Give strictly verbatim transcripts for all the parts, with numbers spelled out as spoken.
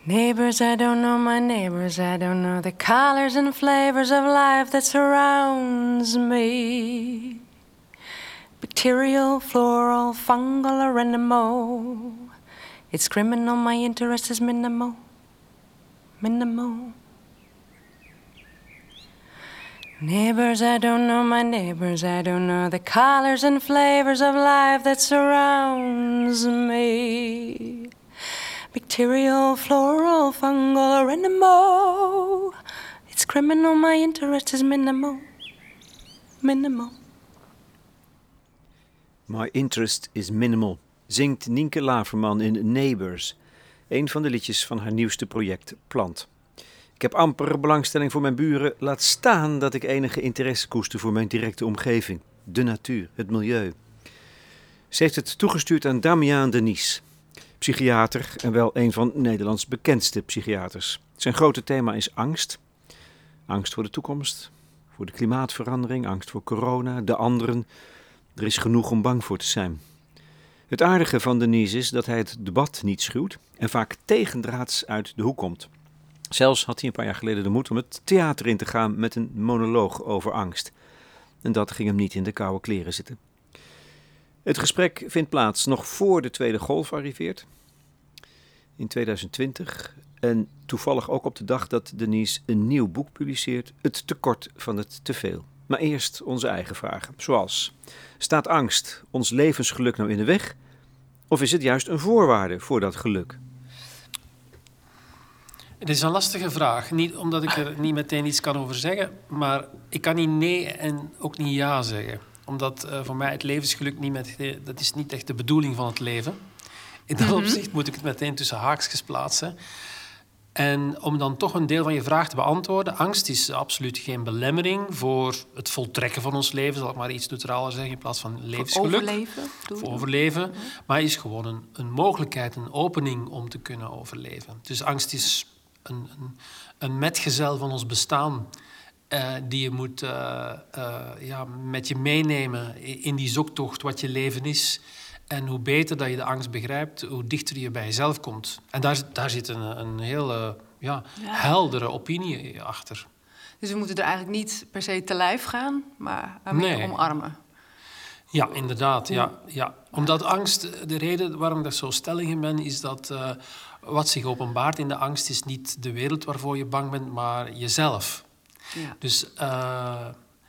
Neighbors, I don't know my neighbors, I don't know the colors and flavors of life that surrounds me. Bacterial, floral, fungal, or animal. It's criminal, my interest is minimal, minimal. Neighbors, I don't know my neighbors, I don't know the colors and flavors of life that surrounds me. Bacterial, floral, fungal, or animal. It's criminal, my interest is minimal, minimal. My interest is minimal, zingt Nienke Laverman in Neighbors, een van de liedjes van haar nieuwste project Plant. Ik heb amper belangstelling voor mijn buren, laat staan dat ik enige interesse koester voor mijn directe omgeving, de natuur, het milieu. Ze heeft het toegestuurd aan Damian Denies, psychiater en wel een van Nederlands bekendste psychiaters. Zijn grote thema is angst. Angst voor de toekomst, voor de klimaatverandering, angst voor corona, de anderen. Er is genoeg om bang voor te zijn. Het aardige van Denies is dat hij het debat niet schuwt en vaak tegendraads uit de hoek komt. Zelfs had hij een paar jaar geleden de moed om het theater in te gaan met een monoloog over angst. En dat ging hem niet in de koude kleren zitten. Het gesprek vindt plaats nog voor de tweede golf arriveert, in tweeduizend twintig. En toevallig ook op de dag dat Denies een nieuw boek publiceert, Het tekort van het teveel. Maar eerst onze eigen vragen, zoals: staat angst ons levensgeluk nou in de weg? Of is het juist een voorwaarde voor dat geluk? Het is een lastige vraag. Niet omdat ik er niet meteen iets kan over zeggen, maar ik kan niet nee en ook niet ja zeggen. Omdat uh, voor mij het levensgeluk niet met, dat is niet echt de bedoeling van het leven. In dat mm-hmm. opzicht moet ik het meteen tussen haakjes plaatsen. En om dan toch een deel van je vraag te beantwoorden, angst is absoluut geen belemmering voor het voltrekken van ons leven, zal ik maar iets neutraler zeggen in plaats van levensgeluk. Voor overleven? Voor overleven, mm-hmm. maar is gewoon een, een mogelijkheid, een opening om te kunnen overleven. Dus angst is een, een, een metgezel van ons bestaan, uh, die je moet uh, uh, ja, met je meenemen in die zoektocht wat je leven is. En hoe beter dat je de angst begrijpt, hoe dichter je bij jezelf komt. En daar, daar zit een, een hele ja, ja. heldere opinie achter. Dus we moeten er eigenlijk niet per se te lijf gaan, maar meer nee. omarmen. Ja, inderdaad. Ja, ja. Omdat angst, de reden waarom ik daar zo stellig in ben, is dat uh, wat zich openbaart in de angst is niet de wereld waarvoor je bang bent, maar jezelf. Ja. Dus uh,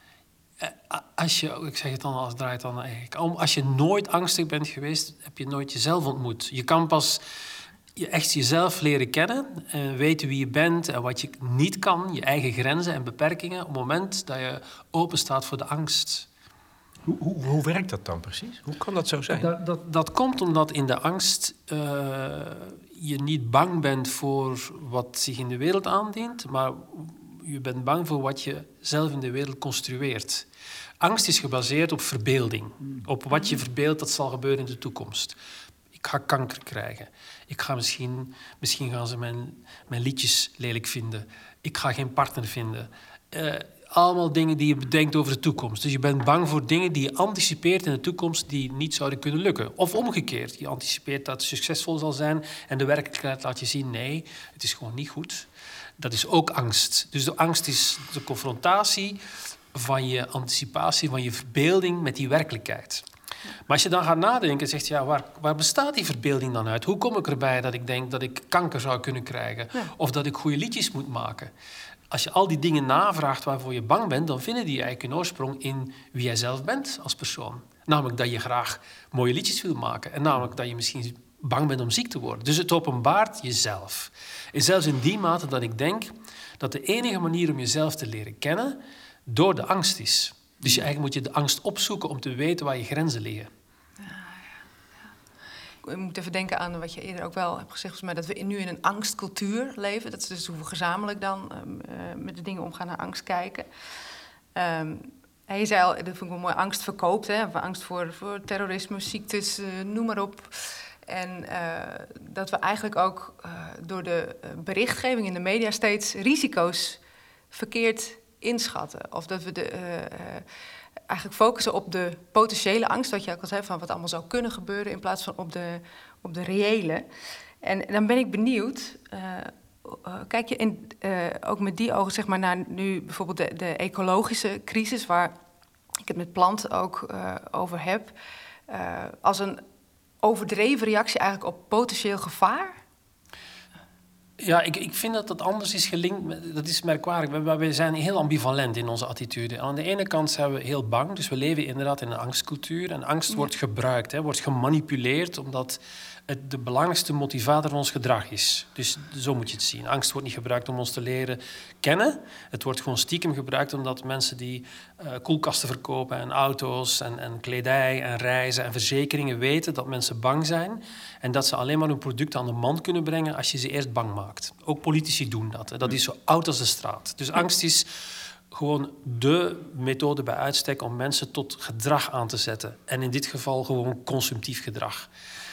als je, ik zeg het dan als draait dan eigenlijk om, als je nooit angstig bent geweest, heb je nooit jezelf ontmoet. Je kan pas je echt jezelf leren kennen en weten wie je bent en wat je niet kan, je eigen grenzen en beperkingen, op het moment dat je open staat voor de angst. Hoe, hoe, hoe werkt dat dan precies? Hoe kan dat zo zijn? Dat, dat, dat komt omdat in de angst uh, je niet bang bent voor wat zich in de wereld aandient, maar je bent bang voor wat je zelf in de wereld construeert. Angst is gebaseerd op verbeelding. Op wat je verbeeldt dat zal gebeuren in de toekomst. Ik ga kanker krijgen. Ik ga misschien, misschien gaan ze mijn, mijn liedjes lelijk vinden. Ik ga geen partner vinden. Uh, allemaal dingen die je bedenkt over de toekomst. Dus je bent bang voor dingen die je anticipeert in de toekomst die niet zouden kunnen lukken. Of omgekeerd. Je anticipeert dat het succesvol zal zijn en de werkelijkheid laat je zien, nee, het is gewoon niet goed. Dat is ook angst. Dus de angst is de confrontatie van je anticipatie, van je verbeelding met die werkelijkheid. Maar als je dan gaat nadenken en zegt, ja, waar, waar bestaat die verbeelding dan uit? Hoe kom ik erbij dat ik denk dat ik kanker zou kunnen krijgen? Ja. Of dat ik goede liedjes moet maken? Als je al die dingen navraagt waarvoor je bang bent, dan vinden die eigenlijk een oorsprong in wie jij zelf bent als persoon. Namelijk dat je graag mooie liedjes wil maken. En namelijk dat je misschien bang bent om ziek te worden. Dus het openbaart jezelf. En zelfs in die mate dat ik denk dat de enige manier om jezelf te leren kennen door de angst is. Dus je eigenlijk moet je de angst opzoeken om te weten waar je grenzen liggen. Ja, ja, ja. Ik moet even denken aan wat je eerder ook wel hebt gezegd, volgens mij, dat we nu in een angstcultuur leven. Dat is dus hoe we gezamenlijk dan uh, met de dingen omgaan, naar angst kijken. Um, en je zei al, dat vind ik wel mooi, angst verkoopt. Hè? Angst voor, voor terrorisme, ziektes, uh, noem maar op. En uh, dat we eigenlijk ook uh, door de berichtgeving in de media steeds risico's verkeerd inschatten. Of dat we de, uh, uh, eigenlijk focussen op de potentiële angst, wat je ook al zei, van wat allemaal zou kunnen gebeuren, in plaats van op de, op de reële. En dan ben ik benieuwd, uh, uh, kijk je in, uh, ook met die ogen zeg maar, naar nu bijvoorbeeld de, de ecologische crisis, waar ik het met planten ook uh, over heb, uh, als een overdreven reactie eigenlijk op potentieel gevaar? Ja, ik, ik vind dat dat anders is gelinkt. Dat is merkwaardig. We, we zijn heel ambivalent in onze attitude. Aan de ene kant zijn we heel bang. Dus we leven inderdaad in een angstcultuur. En angst ja. wordt gebruikt, hè, wordt gemanipuleerd, omdat het de belangrijkste motivator van ons gedrag is. Dus zo moet je het zien. Angst wordt niet gebruikt om ons te leren kennen. Het wordt gewoon stiekem gebruikt omdat mensen die uh, koelkasten verkopen en auto's en, en kledij en reizen en verzekeringen weten dat mensen bang zijn en dat ze alleen maar hun product aan de man kunnen brengen als je ze eerst bang maakt. Ook politici doen dat. Hè. Dat is zo oud als de straat. Dus angst is gewoon de methode bij uitstek om mensen tot gedrag aan te zetten. En in dit geval gewoon consumptief gedrag.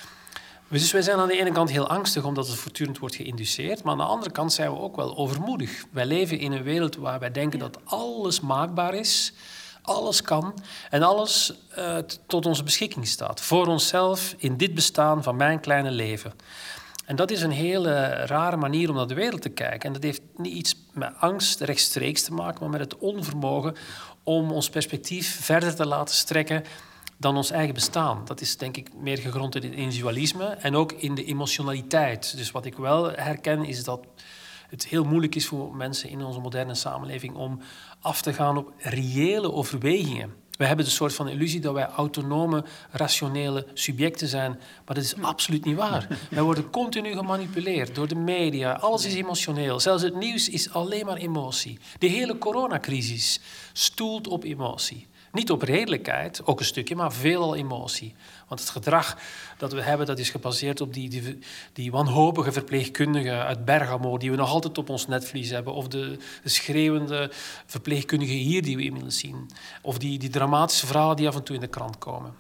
Dus wij zijn aan de ene kant heel angstig omdat het voortdurend wordt geïnduceerd, maar aan de andere kant zijn we ook wel overmoedig. Wij leven in een wereld waar wij denken ja. dat alles maakbaar is, alles kan en alles uh, t- tot onze beschikking staat. Voor onszelf, in dit bestaan van mijn kleine leven. En dat is een hele rare manier om naar de wereld te kijken. En dat heeft niet iets met angst rechtstreeks te maken, maar met het onvermogen om ons perspectief verder te laten strekken dan ons eigen bestaan. Dat is denk ik meer gegrond in het individualisme en ook in de emotionaliteit. Dus wat ik wel herken is dat het heel moeilijk is voor mensen in onze moderne samenleving om af te gaan op reële overwegingen. We hebben de soort van illusie dat wij autonome, rationele subjecten zijn, maar dat is absoluut niet waar. Wij worden continu gemanipuleerd door de media. Alles is emotioneel. Zelfs het nieuws is alleen maar emotie. De hele coronacrisis stoelt op emotie. Niet op redelijkheid, ook een stukje, maar veelal emotie. Want het gedrag dat we hebben, dat is gebaseerd op die, die, die wanhopige verpleegkundigen uit Bergamo, die we nog altijd op ons netvlies hebben. Of de, de schreeuwende verpleegkundigen hier die we inmiddels zien. Of die, die dramatische verhalen die af en toe in de krant komen.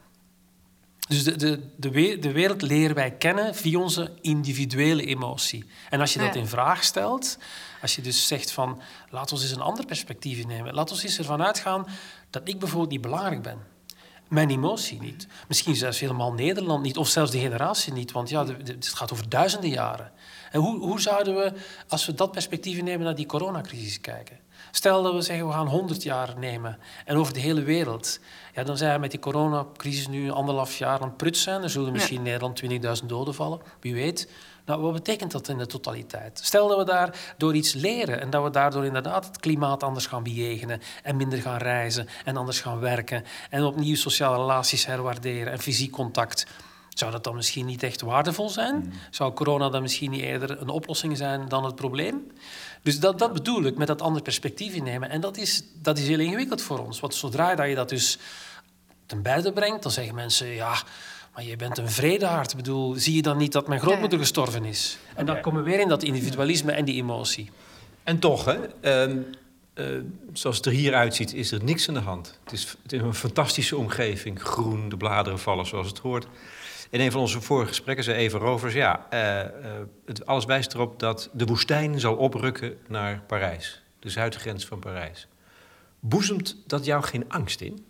Dus de, de, de, de wereld leren wij kennen via onze individuele emotie. En als je dat in vraag stelt, als je dus zegt van, laat ons eens een ander perspectief innemen. Laat ons eens ervan uitgaan dat ik bijvoorbeeld niet belangrijk ben. Mijn emotie niet. Misschien zelfs helemaal Nederland niet, of zelfs de generatie niet. Want ja, het gaat over duizenden jaren. En hoe, hoe zouden we, als we dat perspectief innemen, naar die coronacrisis kijken? Stel dat we zeggen, we gaan honderd jaar nemen en over de hele wereld. Ja, dan zijn we met die coronacrisis nu anderhalf jaar aan het prutsen. Er zullen misschien in ja. Nederland twintigduizend doden vallen, wie weet. Nou, wat betekent dat in de totaliteit? Stel dat we daardoor iets leren en dat we daardoor inderdaad het klimaat anders gaan bejegenen en minder gaan reizen en anders gaan werken en opnieuw sociale relaties herwaarderen en fysiek contact. Zou dat dan misschien niet echt waardevol zijn? Mm. Zou corona dan misschien niet eerder een oplossing zijn dan het probleem? Dus dat, dat bedoel ik met dat andere perspectief innemen. En dat is, dat is heel ingewikkeld voor ons. Want zodra dat je dat dus ten beide brengt, dan zeggen mensen, ja, maar je bent een vredehaard. Ik bedoel, zie je dan niet dat mijn grootmoeder gestorven is? En dan komen we weer in dat individualisme en die emotie. En toch, hè, uh, uh, zoals het er hier uitziet, is er niks aan de hand. Het is, het is een fantastische omgeving. Groen, de bladeren vallen zoals het hoort. In een van onze vorige gesprekken zei Eva Rovers, ja, uh, uh, het, alles wijst erop dat de woestijn zal oprukken naar Parijs. De zuidgrens van Parijs. Boezemt dat jou geen angst in?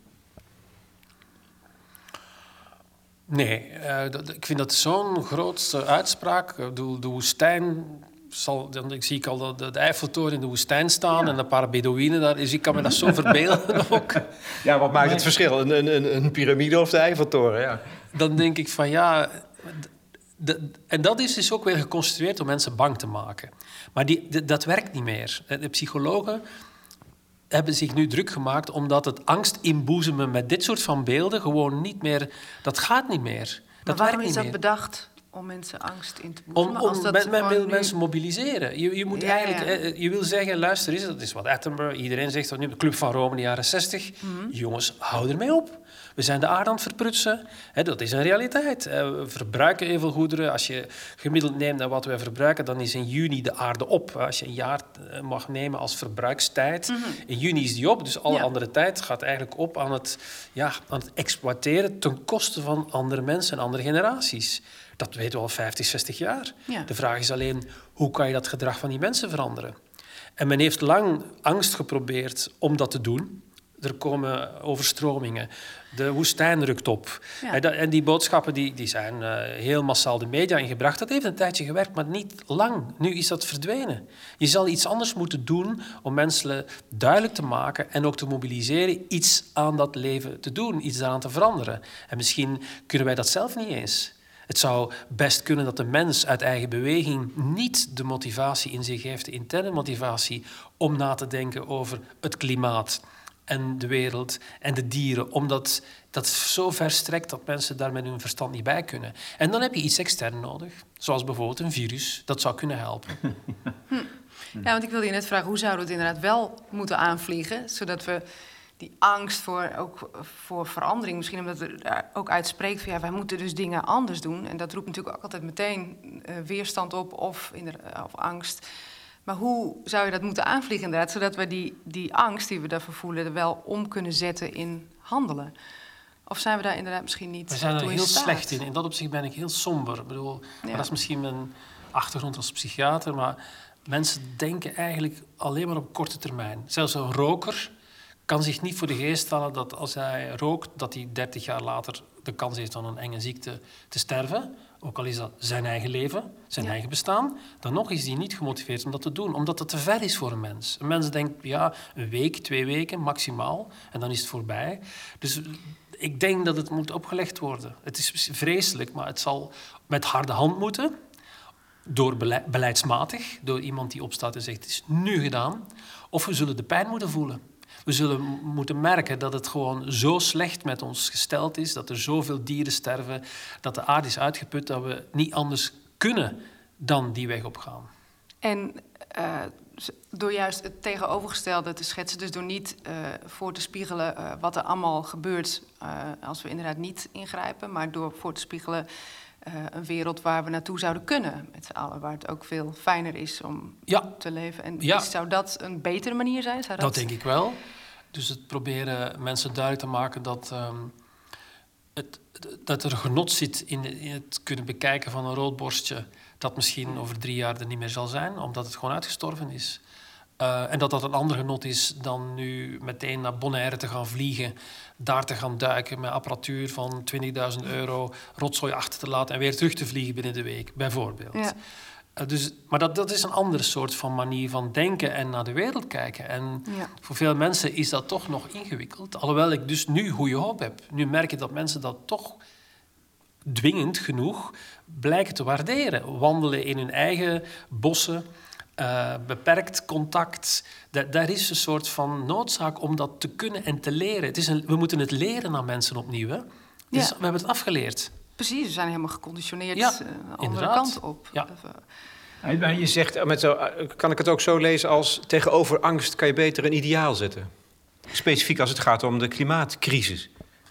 Nee, uh, dat, ik vind dat zo'n grootste uitspraak. De, de woestijn, zal, dan zie ik al de, de Eiffeltoren in de woestijn staan ja. en een paar Bedouinen daar. Dus ik kan me dat zo verbeelden ook. Ja, wat maakt het verschil? Een, een, een piramide of de Eiffeltoren, ja. Dan denk ik van ja... De, en dat is dus ook weer geconstrueerd om mensen bang te maken. Maar die, de, dat werkt niet meer. De psychologen hebben zich nu druk gemaakt omdat het angst inboezemen met dit soort van beelden gewoon niet meer... Dat gaat niet meer. Maar dat waarom werkt is dat niet meer. bedacht om mensen angst in te boezemen? Om, om dat men, men wil nu... mensen mobiliseren. Je, je moet ja, eigenlijk... Ja. Je wil zeggen, luister eens, dat is wat Attenborough... Iedereen zegt dat nu, de Club van Rome in de jaren zestig. Mm-hmm. Jongens, hou ermee op. We zijn de aarde aan het verprutsen. He, dat is een realiteit. We verbruiken heel veel goederen. Als je gemiddeld neemt naar wat wij verbruiken, dan is in juni de aarde op. Als je een jaar mag nemen als verbruikstijd, mm-hmm. in juni is die op. Dus alle ja. andere tijd gaat eigenlijk op aan het, ja, aan het exploiteren ten koste van andere mensen en andere generaties. Dat weten we al vijftig, zestig jaar. Ja. De vraag is alleen, hoe kan je dat gedrag van die mensen veranderen? En men heeft lang angst geprobeerd om dat te doen. er komen overstromingen. De woestijn rukt op. Ja. En, dat, en die boodschappen die, die zijn uh, heel massaal de media ingebracht. Dat heeft een tijdje gewerkt, maar niet lang. Nu is dat verdwenen. Je zal iets anders moeten doen om mensen duidelijk te maken en ook te mobiliseren iets aan dat leven te doen, iets daaraan te veranderen. En misschien kunnen wij dat zelf niet eens. Het zou best kunnen dat de mens uit eigen beweging niet de motivatie in zich heeft, de interne motivatie, om na te denken over het klimaat en de wereld en de dieren, omdat dat zo ver strekt dat mensen daar met hun verstand niet bij kunnen. En dan heb je iets extern nodig, zoals bijvoorbeeld een virus. Dat zou kunnen helpen. Hm. Ja, want ik wilde je net vragen, hoe zouden we het inderdaad wel moeten aanvliegen, zodat we die angst voor, ook voor verandering, misschien omdat het er ook uitspreekt van ja, wij moeten dus dingen anders doen. En dat roept natuurlijk ook altijd meteen uh, weerstand op of, in de, uh, of angst. Maar hoe zou je dat moeten aanvliegen inderdaad, zodat we die, die angst die we daarvoor voelen er wel om kunnen zetten in handelen? Of zijn we daar inderdaad misschien niet We zijn er toe in heel staat? slecht in. In dat opzicht ben ik heel somber. Ik bedoel, Ja. maar dat is misschien mijn achtergrond als psychiater, maar mensen denken eigenlijk alleen maar op korte termijn. Zelfs een roker kan zich niet voor de geest stellen dat als hij rookt, dat hij dertig jaar later de kans heeft aan een enge ziekte te sterven. Ook al is dat zijn eigen leven, zijn Ja. eigen bestaan. Dan nog is hij niet gemotiveerd om dat te doen, omdat het te ver is voor een mens. Een mens denkt, ja, een week, twee weken maximaal, en dan is het voorbij. Dus ik denk dat het moet opgelegd worden. Het is vreselijk, maar het zal met harde hand moeten. Door bele- beleidsmatig, door iemand die opstaat en zegt, het is nu gedaan. Of we zullen de pijn moeten voelen. We zullen m- moeten merken dat het gewoon zo slecht met ons gesteld is, dat er zoveel dieren sterven, dat de aarde is uitgeput, dat we niet anders kunnen dan die weg opgaan. En uh, door juist het tegenovergestelde te schetsen, dus door niet uh, voor te spiegelen uh, wat er allemaal gebeurt uh, als we inderdaad niet ingrijpen, maar door voor te spiegelen uh, een wereld waar we naartoe zouden kunnen met z'n allen, waar het ook veel fijner is om Ja. te leven. En Ja. is, zou dat een betere manier zijn? Zou dat... Dat denk ik wel. Dus het proberen mensen duidelijk te maken dat, um, het, dat er genot zit in, in het kunnen bekijken van een roodborstje dat misschien over drie jaar er niet meer zal zijn, omdat het gewoon uitgestorven is. Uh, en dat dat een ander genot is dan nu meteen naar Bonaire te gaan vliegen, daar te gaan duiken met apparatuur van twintigduizend euro, rotzooi achter te laten en weer terug te vliegen binnen de week, bijvoorbeeld. Ja. Uh, dus, maar dat, dat is een andere soort van manier van denken en naar de wereld kijken. En Ja. voor veel mensen is dat toch nog ingewikkeld. Alhoewel ik dus nu goede hoop heb. Nu merk ik dat mensen dat toch dwingend genoeg blijken te waarderen. Wandelen in hun eigen bossen, uh, beperkt contact. Da- daar is een soort van noodzaak om dat te kunnen en te leren. Het is een, we moeten het leren aan mensen opnieuw. Hè? Dus Ja. we hebben het afgeleerd. Precies, we zijn helemaal geconditioneerd Ja, uh, een andere inderdaad. kant op. Ja. Uh, Maar je zegt, met zo, kan ik het ook zo lezen als tegenover angst kan je beter een ideaal zetten? Specifiek als het gaat om de klimaatcrisis.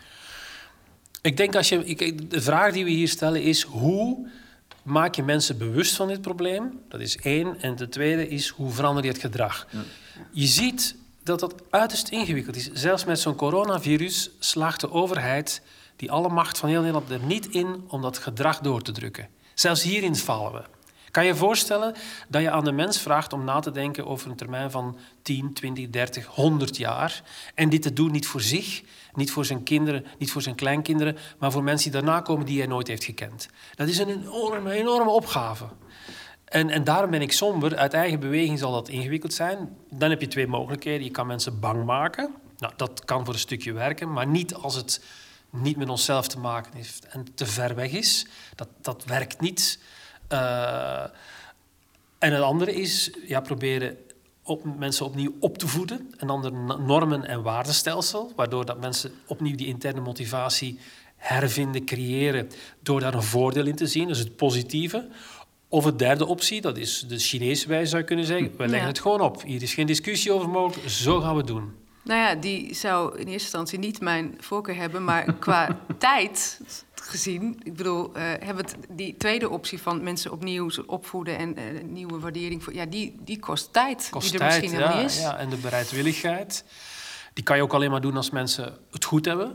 Ik denk als je, ik, de vraag die we hier stellen is, hoe maak je mensen bewust van dit probleem? Dat is één. En de tweede is, hoe verander je het gedrag? Ja. Je ziet dat dat uiterst ingewikkeld is. Zelfs met zo'n coronavirus slaagt de overheid die alle macht van heel Nederland er niet in om dat gedrag door te drukken. Zelfs hierin vallen we. Kan je je voorstellen dat je aan de mens vraagt om na te denken over een termijn van tien, twintig, dertig, honderd jaar. En dit te doen niet voor zich, niet voor zijn kinderen, niet voor zijn kleinkinderen, maar voor mensen die daarna komen die hij nooit heeft gekend. Dat is een enorme, enorme opgave. En, en daarom ben ik somber. Uit eigen beweging zal dat ingewikkeld zijn. Dan heb je twee mogelijkheden. Je kan mensen bang maken. Nou, dat kan voor een stukje werken, maar niet als het niet met onszelf te maken heeft en te ver weg is. Dat, dat werkt niet. Uh, en het andere is ja, proberen op, mensen opnieuw op te voeden. Een ander normen- en waardestelsel, waardoor dat mensen opnieuw die interne motivatie hervinden, creëren, door daar een voordeel in te zien, dus het positieve. Of een derde optie, dat is de Chinese wijze zou je kunnen zeggen, we leggen ja. het gewoon op. Hier is geen discussie over mogelijk, zo gaan we het doen. Nou ja, die zou in eerste instantie niet mijn voorkeur hebben, maar qua tijd gezien, ik bedoel, uh, hebben het die tweede optie van mensen opnieuw opvoeden en uh, nieuwe waardering voor, ja, die, die kost tijd. Kost die er tijd, misschien ja, helemaal niet is. Ja, en de bereidwilligheid, die kan je ook alleen maar doen als mensen het goed hebben.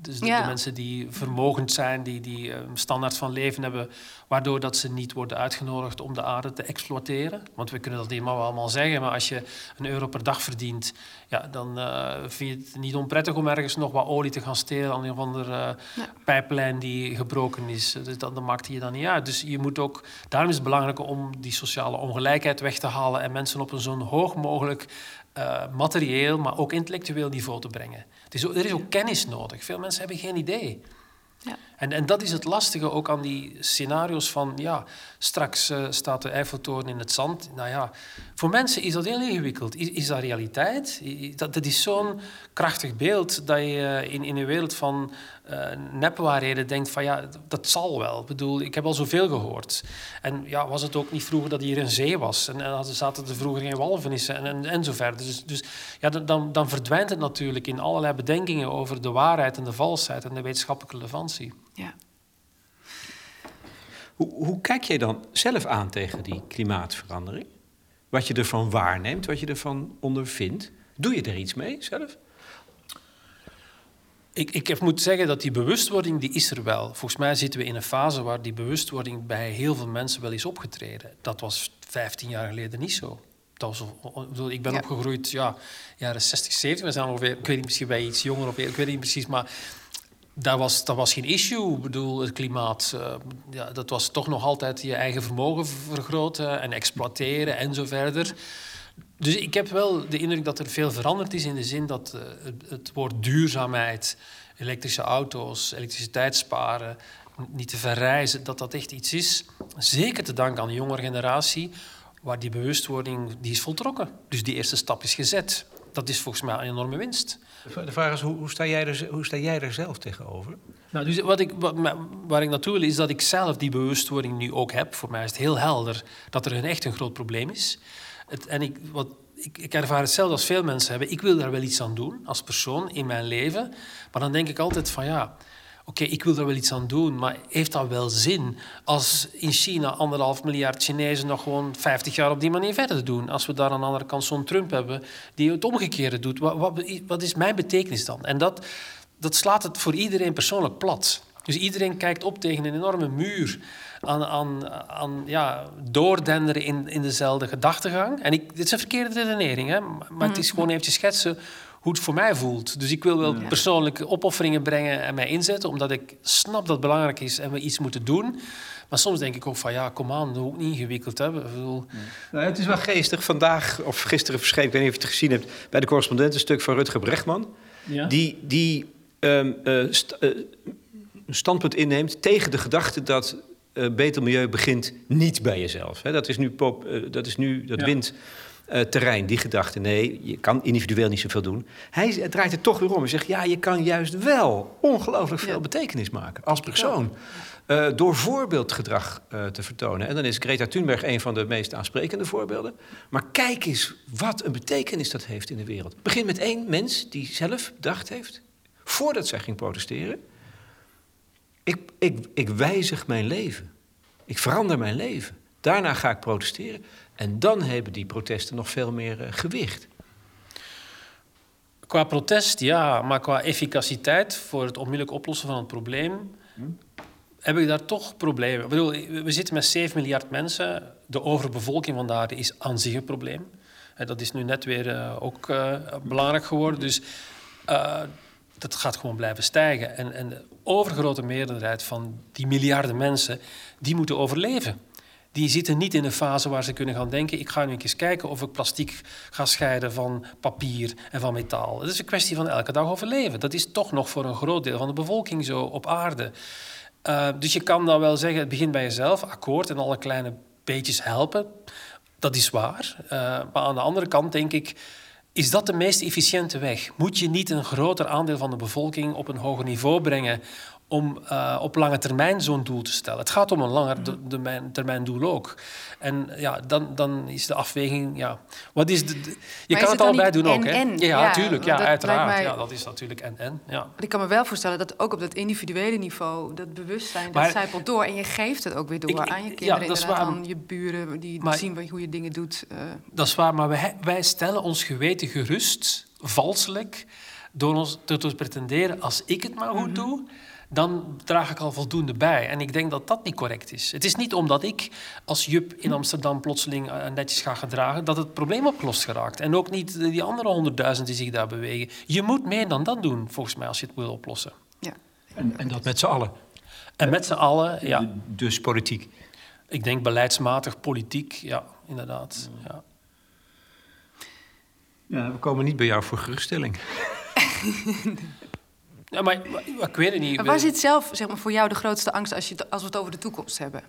Dus de, Ja. de mensen die vermogend zijn, die, die een standaard van leven hebben, waardoor dat ze niet worden uitgenodigd om de aarde te exploiteren. Want we kunnen dat niet maar allemaal zeggen, maar als je een euro per dag verdient, ja, dan uh, vind je het niet onprettig om ergens nog wat olie te gaan stelen aan een of andere uh, ja. pijplijn die gebroken is. Dus dat, dat maakt je dan niet uit. Dus je moet ook, daarom is het belangrijk om die sociale ongelijkheid weg te halen en mensen op een zo'n hoog mogelijk Uh, materieel, maar ook intellectueel niveau te brengen. Het is ook, er is ook kennis nodig. Veel mensen hebben geen idee. Ja. En, en dat is het lastige ook aan die scenario's van... ja, straks uh, staat de Eiffeltoren in het zand. Nou ja, voor mensen is dat heel ingewikkeld. Is, is dat realiteit? Dat, dat is zo'n krachtig beeld dat je uh, in, in een wereld van uh, nepwaarheden denkt van... ja, dat zal wel. Ik bedoel, ik heb al zoveel gehoord. En ja, was het ook niet vroeger dat hier een zee was? En, en zaten er vroeger geen walvissen en, en, en zo verder. Dus, dus ja, dan, dan verdwijnt het natuurlijk in allerlei bedenkingen over de waarheid en de valsheid en de wetenschappelijke relevantie. Ja. Hoe, hoe kijk jij dan zelf aan tegen die klimaatverandering? Wat je ervan waarneemt, wat je ervan ondervindt? Doe je er iets mee zelf? Ik, ik heb moet zeggen dat die bewustwording, die is er wel. Volgens mij zitten we in een fase waar die bewustwording bij heel veel mensen wel is opgetreden. Dat was vijftien jaar geleden niet zo. Dat was, ik ben ja. opgegroeid, ja, jaren zestig, zeventig. We zijn ongeveer, ik weet niet, misschien bij iets jonger of ik weet niet precies, maar... Dat was, dat was geen issue. Ik bedoel, het klimaat, uh, ja, dat was toch nog altijd je eigen vermogen vergroten en exploiteren en zo verder. Dus ik heb wel de indruk dat er veel veranderd is in de zin dat uh, het, het woord duurzaamheid, elektrische auto's, elektriciteit sparen, niet te verreizen, dat dat echt iets is. Zeker te danken aan de jongere generatie, waar die bewustwording die is voltrokken. Dus die eerste stap is gezet. Dat is volgens mij een enorme winst. De vraag is, hoe, hoe, sta jij er, hoe sta jij er zelf tegenover? Nou, dus wat ik, wat, waar ik naartoe wil, is dat ik zelf die bewustwording nu ook heb. Voor mij is het heel helder dat er een echt een groot probleem is. Het, en ik, wat, ik, ik ervaar hetzelfde als veel mensen hebben. Ik wil daar wel iets aan doen als persoon in mijn leven. Maar dan denk ik altijd van ja... Oké, okay, ik wil er wel iets aan doen, maar heeft dat wel zin als in China anderhalf miljard Chinezen nog gewoon vijftig jaar op die manier verder doen? Als we daar aan de andere kant zo'n Trump hebben die het omgekeerde doet, wat, wat, wat is mijn betekenis dan? En dat, dat slaat het voor iedereen persoonlijk plat. Dus iedereen kijkt op tegen een enorme muur aan, aan, aan ja, doordenderen in, in dezelfde gedachtegang. En ik, dit is een verkeerde redenering, hè? Maar mm-hmm. het is gewoon eventjes schetsen hoe het voor mij voelt. Dus ik wil wel ja. persoonlijke opofferingen brengen en mij inzetten, omdat ik snap dat het belangrijk is en we iets moeten doen. Maar soms denk ik ook van, ja, kom aan, dat is ook niet ingewikkeld. Hè? Ik bedoel... ja. Nou, het is wel geestig. Vandaag, of gisteren verscheen, ik weet niet of je het gezien hebt, bij de correspondent een stuk van Rutger Bregman. Ja. Die, die um, uh, st- uh, een standpunt inneemt tegen de gedachte dat uh, beter milieu begint niet bij jezelf. Hè? Dat is nu, pop, uh, dat, is nu dat ja. wint... Uh, terrein, die gedachte. Nee, je kan individueel niet zoveel doen. Hij draait het toch weer om. Hij zegt, ja, je kan juist wel ongelooflijk veel ja. betekenis maken als persoon. Uh, door voorbeeldgedrag uh, te vertonen. En dan is Greta Thunberg een van de meest aansprekende voorbeelden. Maar kijk eens wat een betekenis dat heeft in de wereld. Het begint met één mens die zelf bedacht heeft, voordat zij ging protesteren, ik, ik, ik wijzig mijn leven. Ik verander mijn leven. Daarna ga ik protesteren. En dan hebben die protesten nog veel meer uh, gewicht. Qua protest, ja. Maar qua efficaciteit voor het onmiddellijk oplossen van het probleem... Hm? heb ik daar toch problemen. Ik bedoel, we zitten met zeven miljard mensen. De overbevolking van de aarde is aan zich een probleem. Dat is nu net weer uh, ook uh, belangrijk geworden. Dus uh, dat gaat gewoon blijven stijgen. En, en de overgrote meerderheid van die miljarden mensen, die moeten overleven. Die zitten niet in een fase waar ze kunnen gaan denken, ik ga nu eens kijken of ik plastiek ga scheiden van papier en van metaal. Het is een kwestie van elke dag overleven. Dat is toch nog voor een groot deel van de bevolking zo op aarde. Uh, dus je kan dan wel zeggen, het begint bij jezelf, akkoord, en alle kleine beetjes helpen. Dat is waar. Uh, maar aan de andere kant denk ik, is dat de meest efficiënte weg? Moet je niet een groter aandeel van de bevolking op een hoger niveau brengen om uh, op lange termijn zo'n doel te stellen? Het gaat om een langer termijn, termijn doel ook. En ja, dan, dan is de afweging... Ja, wat is de, de, je kan het, het allebei doen en, ook, hè? En, ja, ja, tuurlijk. Ja, uiteraard. Mij, ja, dat is natuurlijk en-en. Ja. Ik kan me wel voorstellen dat ook op dat individuele niveau, dat bewustzijn, dat zijpelt door. En je geeft het ook weer door ik, ik, aan je kinderen, ja, dat is waar, aan je buren, die maar, zien hoe je dingen doet. Uh. Dat is waar, maar wij, wij stellen ons geweten gerust, valselijk, Door ons te, te pretenderen, als ik het maar goed mm-hmm. doe, dan draag ik al voldoende bij. En ik denk dat dat niet correct is. Het is niet omdat ik als Jup in Amsterdam plotseling uh, netjes ga gedragen, dat het probleem opgelost geraakt. En ook niet die andere honderdduizend die zich daar bewegen. Je moet meer dan dat doen, volgens mij, als je het wil oplossen. Ja. En, en dat met z'n allen. En met z'n allen, ja. Dus politiek. Ik denk beleidsmatig, politiek, ja, inderdaad. Ja. Ja, we komen niet bij jou voor geruststelling. Ja, maar, maar, maar ik weet het niet. Maar waar zit zelf, zeg maar, voor jou de grootste angst als, je, als we het over de toekomst hebben?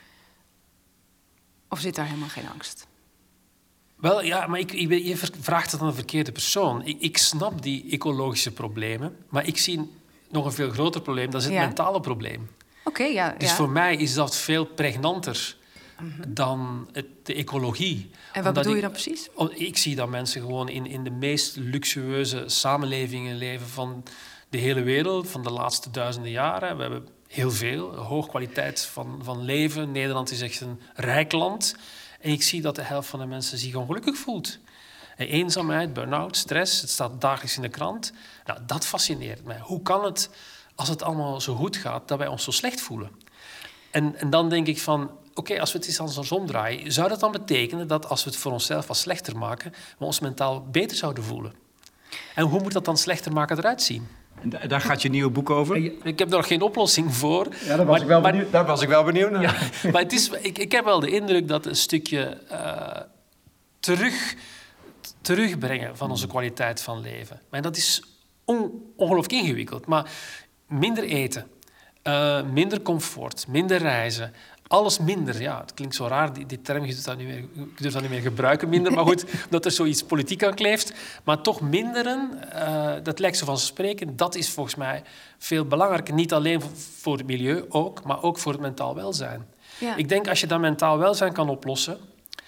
Of zit daar helemaal geen angst? Wel, ja, maar ik, ik, je vraagt het aan de verkeerde persoon. Ik, ik snap die ecologische problemen, maar ik zie nog een veel groter probleem. Dat is het ja. mentale probleem. Oké, okay, ja. Dus ja. voor mij is dat veel pregnanter mm-hmm. dan het, de ecologie. En wat bedoel je dan precies? Ik zie dat mensen gewoon in, in de meest luxueuze samenlevingen leven van de hele wereld, van de laatste duizenden jaren. We hebben heel veel, hoge kwaliteit van, van leven. Nederland is echt een rijk land. En ik zie dat de helft van de mensen zich ongelukkig voelt. En eenzaamheid, burn-out, stress, het staat dagelijks in de krant. Nou, dat fascineert mij. Hoe kan het, als het allemaal zo goed gaat, dat wij ons zo slecht voelen? En, en dan denk ik van, oké, okay, als we het eens andersom draaien, zou dat dan betekenen dat als we het voor onszelf wat slechter maken, we ons mentaal beter zouden voelen? En hoe moet dat dan slechter maken eruit zien? En daar gaat je nieuwe boek over? Ik heb daar geen oplossing voor. Ja, daar was, maar, ik, wel benieuwd, maar, daar was ik wel benieuwd naar. Ja, maar het is, ik, ik heb wel de indruk dat een stukje uh, terug, terugbrengen van onze kwaliteit van leven. Maar dat is on, ongelooflijk ingewikkeld. Maar minder eten, uh, minder comfort, minder reizen. Alles minder, ja, het klinkt zo raar, die, die term, je durft dat niet meer, je durft dat niet meer gebruiken, minder, maar goed, dat er zoiets politiek aan kleeft. Maar toch minderen, uh, dat lijkt zo van spreken, dat is volgens mij veel belangrijker. Niet alleen voor het milieu ook, maar ook voor het mentaal welzijn. Ja. Ik denk, als je dat mentaal welzijn kan oplossen,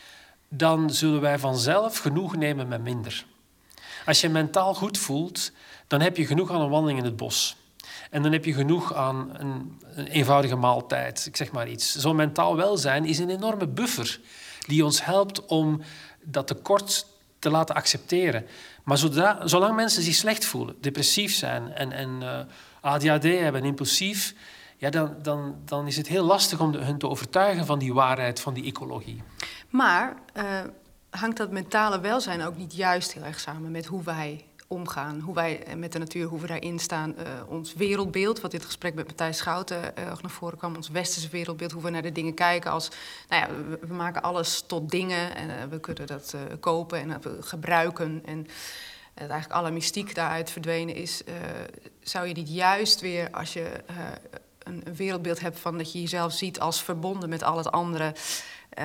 dan zullen wij vanzelf genoegen nemen met minder. Als je mentaal goed voelt, dan heb je genoeg aan een wandeling in het bos. En dan heb je genoeg aan een, een eenvoudige maaltijd, ik zeg maar iets. Zo'n mentaal welzijn is een enorme buffer die ons helpt om dat tekort te laten accepteren. Maar zodra, zolang mensen zich slecht voelen, depressief zijn en, en uh, A D H D hebben en impulsief, ja, dan, dan, dan is het heel lastig om de, hun te overtuigen van die waarheid, van die ecologie. Maar uh, hangt dat mentale welzijn ook niet juist heel erg samen met hoe wij omgaan, hoe wij met de natuur, hoe we daarin staan, uh, ons wereldbeeld, wat dit gesprek met Matthijs Schouten uh, naar voren kwam, ons westerse wereldbeeld, hoe we naar de dingen kijken als, nou ja, we, we maken alles tot dingen en uh, we kunnen dat uh, kopen en uh, gebruiken en dat eigenlijk alle mystiek daaruit verdwenen is. Uh, zou je niet juist weer, als je uh, een, een wereldbeeld hebt van dat je jezelf ziet als verbonden met al het andere, uh,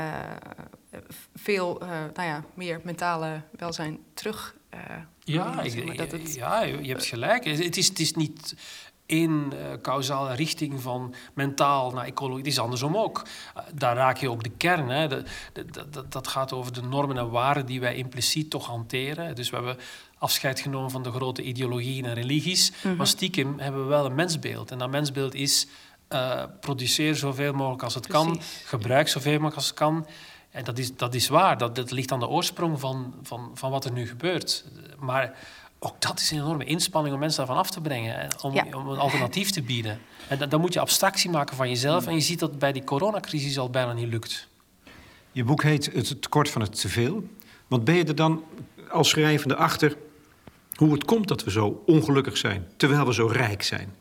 veel uh, nou ja, meer mentale welzijn terug. Uh, ja, ik, dat het, ja, je hebt gelijk. Het is, het is niet één uh, causale richting van mentaal naar ecologie. Het is andersom ook. Uh, daar raak je ook de kern. Hè. De, de, de, dat gaat over de normen en waarden die wij impliciet toch hanteren. Dus we hebben afscheid genomen van de grote ideologieën en religies. Mm-hmm. Maar stiekem hebben we wel een mensbeeld. En dat mensbeeld is uh, produceer zoveel mogelijk als het Precies. kan. Gebruik zoveel mogelijk als het kan. En dat is, dat is waar, dat, dat ligt aan de oorsprong van, van, van wat er nu gebeurt. Maar ook dat is een enorme inspanning om mensen daarvan af te brengen. Om, ja. om een alternatief te bieden. En dan, dan moet je abstractie maken van jezelf. En je ziet dat bij die coronacrisis al bijna niet lukt. Je boek heet Het tekort van het teveel. Want ben je er dan als schrijvende achter hoe het komt dat we zo ongelukkig zijn, terwijl we zo rijk zijn?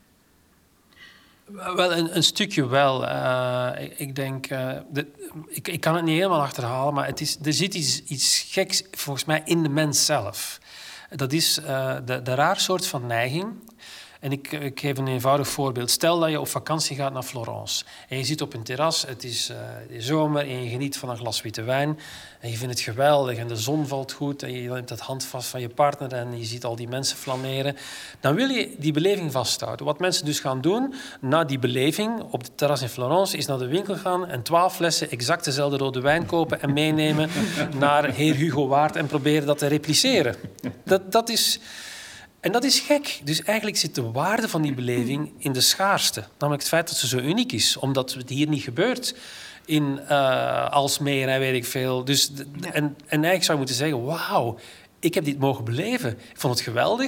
Wel, een, een stukje wel. Uh, ik, ik denk, uh, de, ik, ik kan het niet helemaal achterhalen, maar het is, er zit iets, iets geks volgens mij in de mens zelf. Dat is uh, de, de raar soort van neiging. En ik, ik geef een eenvoudig voorbeeld. Stel dat je op vakantie gaat naar Florence. En je zit op een terras, het is uh, zomer en je geniet van een glas witte wijn. En je vindt het geweldig en de zon valt goed. En je neemt het hand vast van je partner en je ziet al die mensen flaneren. Dan wil je die beleving vasthouden. Wat mensen dus gaan doen na die beleving op het terras in Florence is naar de winkel gaan en twaalf flessen exact dezelfde rode wijn kopen en meenemen naar heer Hugo Waard en proberen dat te repliceren. Dat, dat is... En dat is gek. Dus eigenlijk zit de waarde van die beleving in de schaarste. Namelijk het feit dat ze zo uniek is. Omdat het hier niet gebeurt in uh, Alsmeer en weet ik veel. Dus de, ja. en, en eigenlijk zou je moeten zeggen, wauw, ik heb dit mogen beleven. Ik vond het geweldig.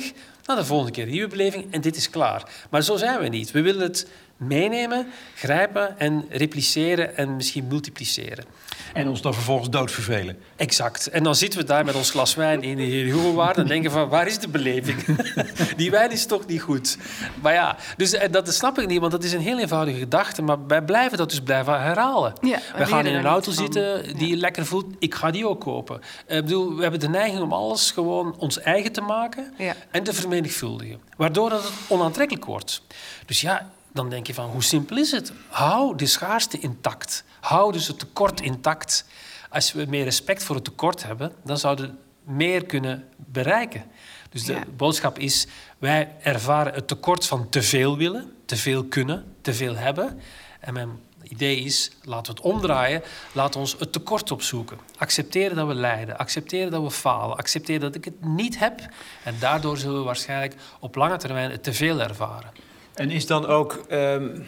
Nou, de volgende keer een nieuwe beleving en dit is klaar. Maar zo zijn we niet. We willen het meenemen, grijpen en repliceren en misschien multipliceren. En ons dan vervolgens doodvervelen. Exact. En dan zitten we daar met ons glas wijn in de Heer Hugo Waard en denken van, waar is de beleving? Die wijn is toch niet goed. Maar ja, dus en dat snap ik niet, want dat is een heel eenvoudige gedachte. Maar wij blijven dat dus blijven herhalen. Ja, we gaan in een auto van. zitten die je lekker voelt. Ik ga die ook kopen. Ik bedoel, we hebben de neiging om alles gewoon ons eigen te maken Ja. en te vermenigvuldigen. Waardoor dat het onaantrekkelijk wordt. Dus ja, dan denk je van, hoe simpel is het? Hou de schaarste intact. Hou dus het tekort intact. Als we meer respect voor het tekort hebben, dan zouden we meer kunnen bereiken. Dus de Ja. boodschap is, wij ervaren het tekort van te veel willen, te veel kunnen, te veel hebben. En mijn idee is, laten we het omdraaien, laten we ons het tekort opzoeken. Accepteren dat we lijden, accepteren dat we falen, accepteren dat ik het niet heb. En daardoor zullen we waarschijnlijk op lange termijn het te veel ervaren. En is dan ook um,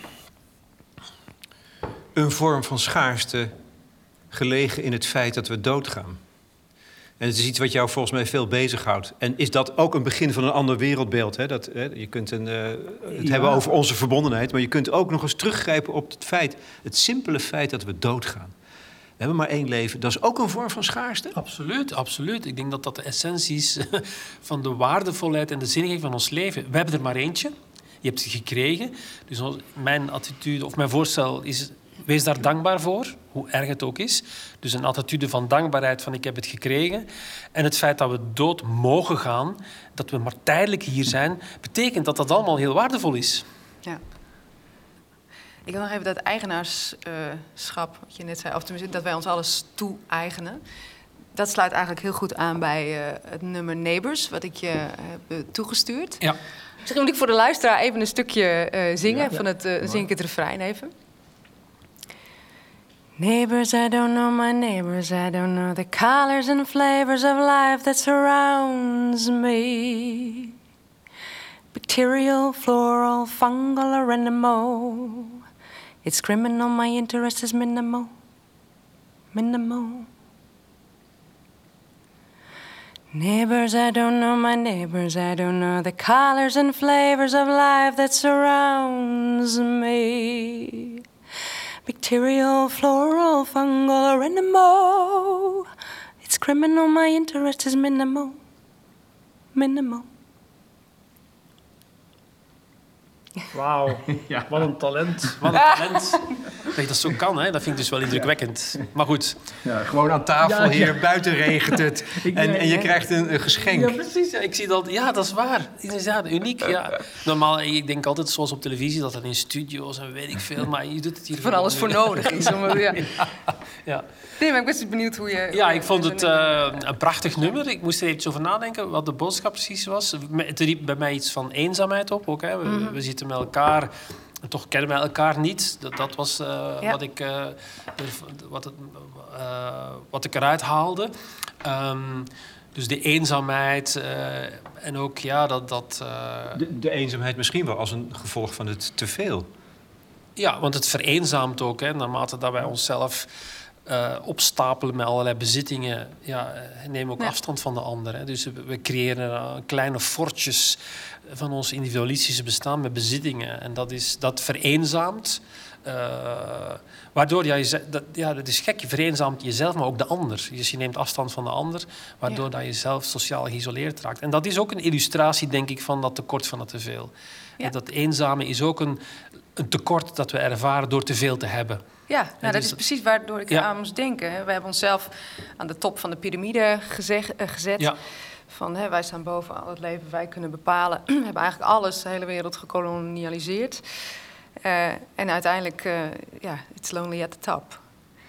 een vorm van schaarste gelegen in het feit dat we doodgaan? En het is iets wat jou volgens mij veel bezighoudt. En is dat ook een begin van een ander wereldbeeld? Hè? Dat, hè, je kunt een, uh, het Ja. hebben over onze verbondenheid, maar je kunt ook nog eens teruggrijpen op het feit, het simpele feit dat we doodgaan. We hebben maar één leven. Dat is ook een vorm van schaarste? Absoluut, absoluut. Ik denk dat dat de essentie is van de waardevolheid en de zinnigheid van ons leven. We hebben er maar eentje. Je hebt het gekregen. Dus mijn attitude of mijn voorstel is, wees daar dankbaar voor, hoe erg het ook is. Dus een attitude van dankbaarheid van ik heb het gekregen. En het feit dat we dood mogen gaan, dat we maar tijdelijk hier zijn, betekent dat dat allemaal heel waardevol is. Ja. Ik wil nog even dat eigenaarschap, wat je net zei, of tenminste dat wij ons alles toe-eigenen. Dat sluit eigenlijk heel goed aan bij uh, het nummer Neighbors, wat ik je heb uh, toegestuurd. Ja. Misschien moet ik voor de luisteraar even een stukje uh, zingen. Ja, ja. Van het, uh, zing ik het refrein even. Neighbors, I don't know my neighbors. I don't know the colors and flavors of life that surrounds me. Bacterial, floral, fungal, or animal. It's criminal, my interest is minimal. Minimal. Neighbors, I don't know my neighbors. I don't know the colors and flavors of life that surrounds me. Bacterial, floral, fungal, or animal. It's criminal, my interest is minimal. Minimal. Wauw, Ja. wat een talent. Wat een talent. Dat je dat zo kan, hè? Dat vind ik dus wel indrukwekkend. Maar goed. Ja, Gewoon aan tafel Ja, hier, ja. buiten regent het. Ik- en, en je ja. krijgt een, een geschenk. Ja, precies. Ja, ik zie dat. Ja, dat is waar. Inderdaad, uniek. Ja. Normaal, ik denk altijd zoals op televisie, dat dat in studio's en weet ik veel. Maar je doet het hier Van alles voor nodig is. Om, ja. Ja. Nee, maar ik ben dus benieuwd hoe je... Ja, ik vond het uh, een prachtig nummer. Ik moest er eventjes over nadenken wat de boodschap precies was. Het riep bij mij iets van eenzaamheid op ook. Hè. We, mm-hmm. we zitten met elkaar... En toch kennen wij elkaar niet. Dat, dat was uh, ja. wat, ik, uh, wat, het, uh, wat ik eruit haalde. Um, dus de eenzaamheid uh, en ook ja, dat... dat uh... de, de eenzaamheid misschien wel als een gevolg van het teveel. Ja, want het vereenzaamt ook. Hè, naarmate dat wij onszelf uh, opstapelen met allerlei bezittingen... Ja, nemen we ook ja. afstand van de ander. Hè. Dus we creëren uh, kleine fortjes van ons individualistische bestaan met bezittingen. En dat, is, dat vereenzaamt. Uh, waardoor ja, je, dat, ja, dat is gek, je vereenzaamt jezelf, maar ook de ander. Dus je neemt afstand van de ander, waardoor ja. dat je zelf sociaal geïsoleerd raakt. En dat is ook een illustratie, denk ik, van dat tekort van het teveel. Ja. En dat eenzame is ook een, een tekort dat we ervaren door te veel te hebben. Ja, nou, dat dus is precies waardoor ik ja. aan moest denken. We hebben onszelf aan de top van de piramide gezeg, uh, gezet. Ja. Van, hè, wij staan boven al het leven, wij kunnen bepalen. We hebben eigenlijk alles, de hele wereld gekolonialiseerd. Uh, en uiteindelijk, uh, ja, it's lonely at the top.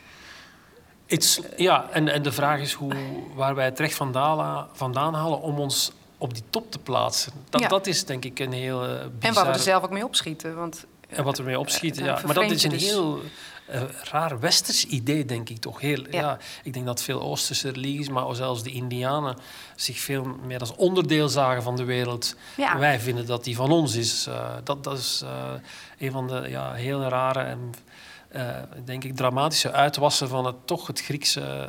It's, ja, en, en de vraag is hoe, waar wij het recht vandaan, vandaan halen om ons op die top te plaatsen. Dat, ja. dat is denk ik een heel uh, bizar... En waar we er zelf ook mee opschieten. Want, uh, en wat we mee opschieten, uh, ja. Maar dat is een dus... heel... Uh, raar westers idee, denk ik toch. Heel, ja. Ja, ik denk dat veel Oosterse religies, maar zelfs de Indianen... zich veel meer als onderdeel zagen van de wereld. Ja. Wij vinden dat die van ons is. Uh, dat, dat is uh, een van de ja, heel rare en, uh, denk ik, dramatische uitwassen... van het, toch het Griekse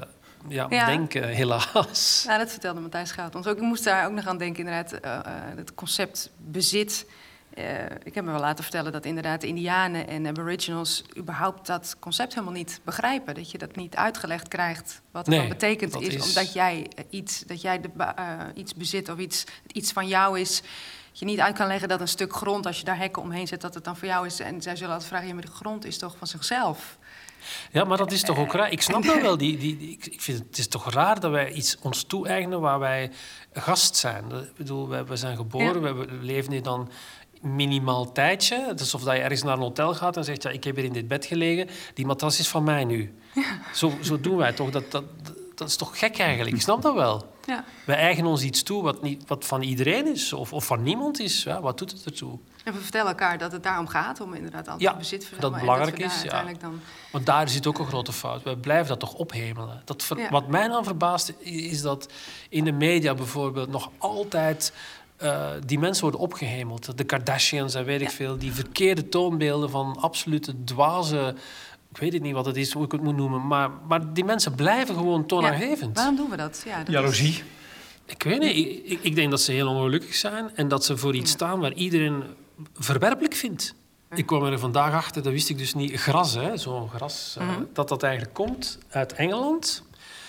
ja, Ja. denken, helaas. Ja, dat vertelde Matthijs Schout ons ook. Ik moest daar ook nog aan denken, inderdaad, uh, uh, het concept bezit. Uh, ik heb me wel laten vertellen dat inderdaad de Indianen en Aboriginals überhaupt dat concept helemaal niet begrijpen. Dat je dat niet uitgelegd krijgt wat het Nee, dan betekent dat is, is- omdat jij uh, iets, dat jij de, ba- uh, iets bezit of iets, iets van jou is. Dat je niet uit kan leggen dat een stuk grond, als je daar hekken omheen zet, dat het dan voor jou is. En zij zullen altijd vragen, ja, maar de grond is toch van zichzelf? Ja, maar dat is toch ook raar. Ik snap dat wel. Die, die, die- ik, ik vind het is toch raar dat wij iets ons toe-eigenen waar wij gast zijn. Ik bedoel, we, we zijn geboren, Ja. we, we leven hier dan minimaal tijdje. Het is alsof dat je ergens naar een hotel gaat en zegt, ja, ik heb hier in dit bed gelegen, die matras is van mij nu. Zo, zo doen wij toch. Dat, dat, dat is toch gek eigenlijk. Ik snap dat wel. Ja. Wij eigenen ons iets toe wat, niet, wat van iedereen is of, of van niemand is. Ja, wat doet het ertoe? En we vertellen elkaar dat het daarom gaat, om inderdaad altijd Ja, bezit te dat verzamelen. belangrijk en dat we is, daar ja. uiteindelijk dan... Want daar zit ook een grote fout. Wij blijven dat toch ophemelen. Dat ver- Ja. Wat mij dan verbaast is dat in de media bijvoorbeeld nog altijd uh, die mensen worden opgehemeld. De Kardashians en weet ik Ja. veel. Die verkeerde toonbeelden van absolute dwaze... Ik weet het niet wat het is, hoe ik het moet noemen. Maar, maar die mensen blijven gewoon toonaangevend. Waarom doen we dat? Ja, dat is- Jaloezie. Ik weet niet. Ik, ik- ik denk dat ze heel ongelukkig zijn. En dat ze voor iets Ja. staan waar iedereen verwerpelijk vindt. Ik kwam er vandaag achter, dat wist ik dus niet. Gras, hè, zo'n gras. eh, Mhm. dat dat eigenlijk komt uit Engeland.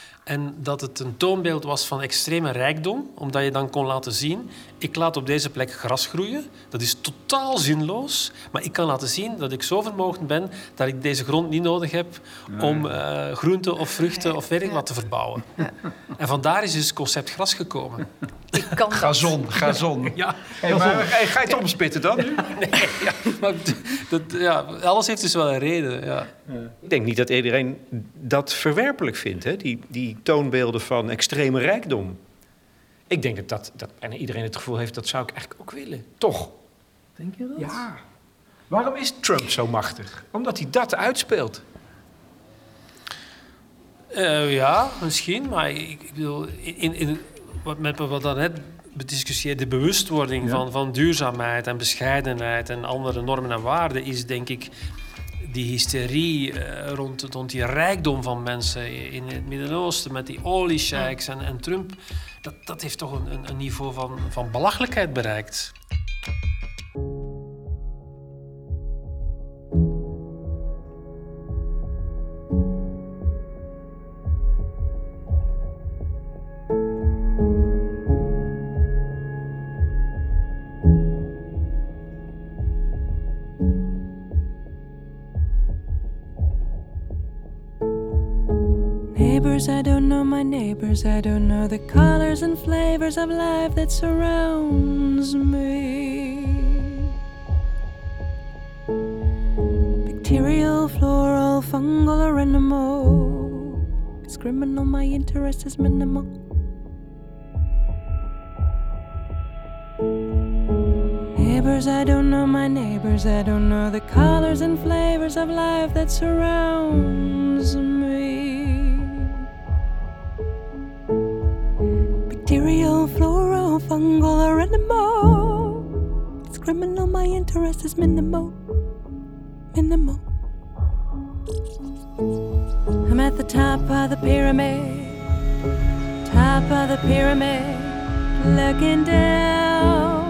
En dat het een toonbeeld was van extreme rijkdom. Omdat je dan kon laten zien... Ik laat op deze plek gras groeien. Dat is totaal zinloos. Maar ik kan laten zien dat ik zo vermogend ben... dat ik deze grond niet nodig heb... om uh, groenten of vruchten of weet ik wat te verbouwen. Ja. En vandaar is dus het concept gras gekomen. Ik kan dat. Gazon, gazon. Ja, Hey, maar, hey, ga je het omspitten dan nu? maar dat, ja, alles heeft dus wel een reden. Ja. Ik denk niet dat iedereen dat verwerpelijk vindt, hè? Die, die toonbeelden van extreme rijkdom. Ik denk dat, dat, dat bijna iedereen het gevoel heeft, dat zou ik eigenlijk ook willen. Toch? Denk je dat? Ja. Waarom is Trump zo machtig? Omdat hij dat uitspeelt. Uh, ja, misschien. Maar ik, ik bedoel, in, in, wat, met wat we daarnet bediscussieerden, de bewustwording Ja. van, van duurzaamheid en bescheidenheid en andere normen en waarden, is denk ik die hysterie uh, rond, rond die rijkdom van mensen in het Midden-Oosten met die oliesheiks en, en Trump, dat, dat heeft toch een, een, een niveau van, van belachelijkheid bereikt. Neighbors, I don't know my neighbors. I don't know the colors and flavors of life that surrounds me. Bacterial, floral, fungal, or animal. It's criminal, my interest is minimal. Neighbors, I don't know my neighbors. I don't know the colors and flavors of life that surrounds me. Bacterial, floral, fungal, or animal. It's criminal, my interest is minimal. Minimal. I'm at the top of the pyramid. Top of the pyramid. Looking down.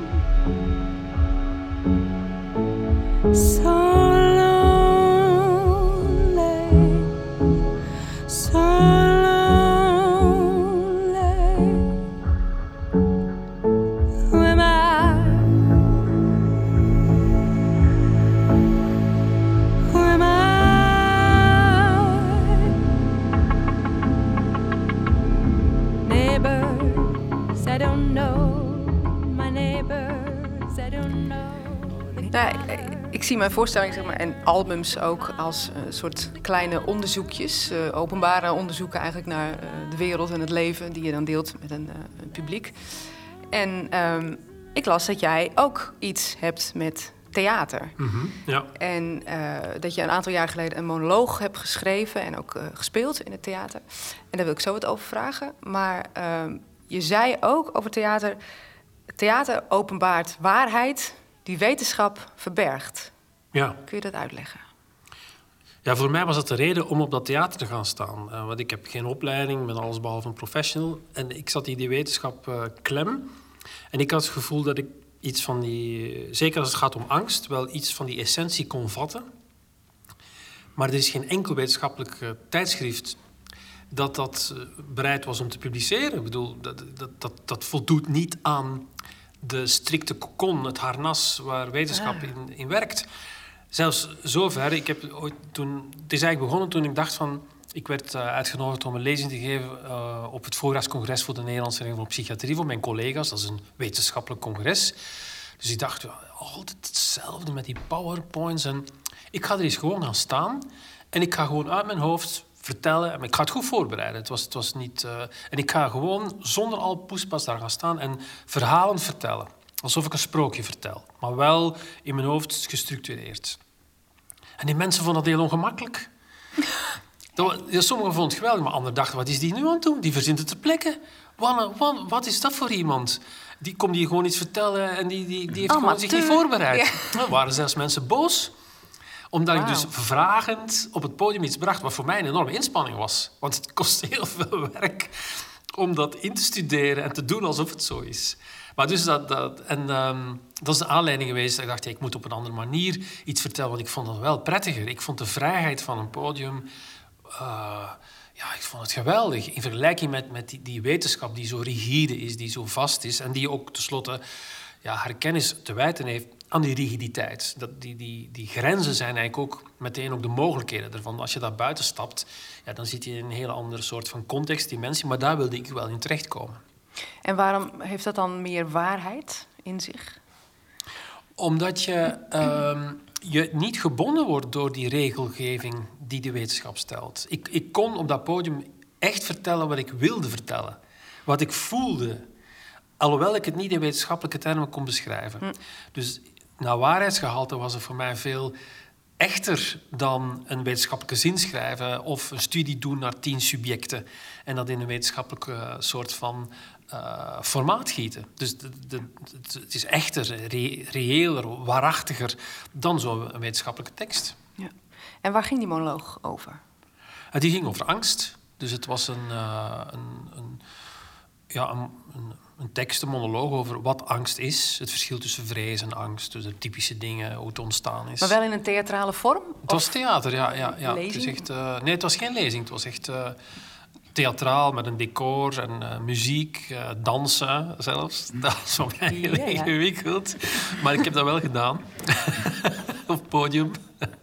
So lonely. So lonely. Who am I? Who am I? Neighbors, I don't know. My neighbors, I don't know. Nou, ik zie mijn voorstelling zeg maar, en albums ook als een soort kleine onderzoekjes. Uh, openbare onderzoeken eigenlijk naar uh, de wereld en het leven die je dan deelt met een, uh, een publiek. En um, ik las dat jij ook iets hebt met theater. Mm-hmm, ja. En uh, dat je een aantal jaar geleden een monoloog hebt geschreven en ook uh, gespeeld in het theater. En daar wil ik zo wat over vragen. Maar uh, je zei ook over theater... Theater openbaart waarheid die wetenschap verbergt. Ja. Kun je dat uitleggen? Ja, voor mij was het de reden om op dat theater te gaan staan. Uh, want ik heb geen opleiding, ben allesbehalve een professional. En ik zat in die wetenschap uh, klem. En ik had het gevoel dat ik iets van die... Zeker als het gaat om angst, wel iets van die essentie kon vatten. Maar er is geen enkel wetenschappelijk uh, tijdschrift dat dat uh, bereid was om te publiceren. Ik bedoel, dat, dat, dat, dat voldoet niet aan de strikte kokon, het harnas waar wetenschap in, in werkt. Zelfs zover, ik heb ooit toen... Het is eigenlijk begonnen toen ik dacht van... Ik werd uh, uitgenodigd om een lezing te geven uh, op het voorjaarscongres voor de Nederlandse Vereniging voor Psychiatrie voor mijn collega's. Dat is een wetenschappelijk congres. Dus ik dacht, ja, altijd hetzelfde met die powerpoints. En ik ga er eens gewoon gaan staan en ik ga gewoon uit mijn hoofd vertellen. Maar ik ga het goed voorbereiden. Het was, het was niet, uh, en ik ga gewoon zonder al poespas daar gaan staan en verhalen vertellen. Alsof ik een sprookje vertel. Maar wel in mijn hoofd gestructureerd. En die mensen vonden dat heel ongemakkelijk. Ja, sommigen vonden het geweldig, maar anderen dachten... wat is die nu aan het doen? Die verzint het ter plekke. Wat, wat, wat is dat voor iemand? Die komt hier gewoon iets vertellen en die, die, die heeft oh, gewoon zich niet voorbereid. Ja. Er waren zelfs mensen boos. Omdat wow. ik dus vragend op het podium iets bracht... wat voor mij een enorme inspanning was. Want het kost heel veel werk om dat in te studeren... en te doen alsof het zo is. Maar dus dat, dat, en, um, dat is de aanleiding geweest. Ik dacht, ja, ik moet op een andere manier iets vertellen... want ik vond het wel prettiger. Ik vond de vrijheid van een podium... Uh, ja, ik vond het geweldig. In vergelijking met, met die, die wetenschap die zo rigide is, die zo vast is... en die ook tenslotte ja, haar kennis te wijten heeft aan die rigiditeit. Dat, die, die, die grenzen zijn eigenlijk ook meteen ook de mogelijkheden ervan. Als je daar buiten stapt, ja, dan zit je in een hele andere soort van context, dimensie. Maar daar wilde ik wel in terechtkomen. En waarom heeft dat dan meer waarheid in zich? Omdat je... Uh, je niet gebonden wordt door die regelgeving die de wetenschap stelt. Ik, ik kon op dat podium echt vertellen wat ik wilde vertellen. Wat ik voelde. Alhoewel ik het niet in wetenschappelijke termen kon beschrijven. Hm. Dus naar waarheidsgehalte was het voor mij veel echter dan een wetenschappelijke zin schrijven of een studie doen naar tien subjecten en dat in een wetenschappelijke soort van uh, formaat gieten. Dus de, de, het is echter, re, reëler, waarachtiger dan zo'n wetenschappelijke tekst. Ja. En waar ging die monoloog over? Uh, die ging over angst. Dus het was een, uh, een, een, ja, een, een, een tekst, een monoloog over wat angst is. Het verschil tussen vrees en angst. Dus de typische dingen, hoe het ontstaan is. Maar wel in een theatrale vorm? Het was theater, ja. ja, ja. Lezing? Het is echt, uh, nee, het was geen lezing. Het was echt uh, theatraal met een decor en uh, muziek, uh, dansen zelfs. Dat was voor mij heel ja, ja. ingewikkeld. Maar ik heb dat wel gedaan. Op het podium.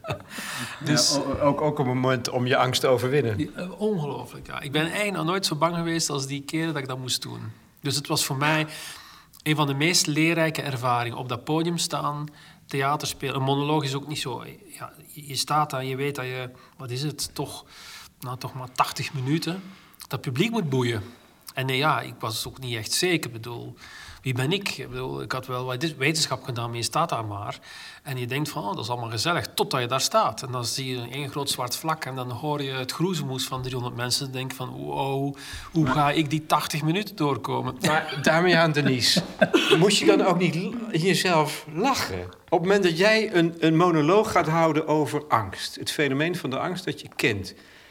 Dus... Ja, ook, ook op een moment om je angst te overwinnen. Uh, ongelooflijk, ja. Ik ben eigenlijk nog nooit zo bang geweest als die keer dat ik dat moest doen. Dus het was voor mij een van de meest leerrijke ervaringen. Op dat podium staan, theater spelen. Een monoloog is ook niet zo... Ja, je staat daar en je weet dat je... Wat is het? Toch, nou, toch maar tachtig minuten. Dat publiek moet boeien. En nee, ja, ik was ook niet echt zeker. Ik bedoel, wie ben ik? Ik bedoel, ik had wel wat wetenschap gedaan, maar je staat daar maar. En je denkt van, oh, dat is allemaal gezellig. Totdat je daar staat. En dan zie je één groot zwart vlak. En dan hoor je het groezemoes van driehonderd mensen. En denk van, wow, hoe ga ik die tachtig minuten doorkomen? Maar daarmee aan, Denise. Moest je dan ook niet jezelf lachen? Op het moment dat jij een, een monoloog gaat houden over angst. Het fenomeen van de angst dat je kent.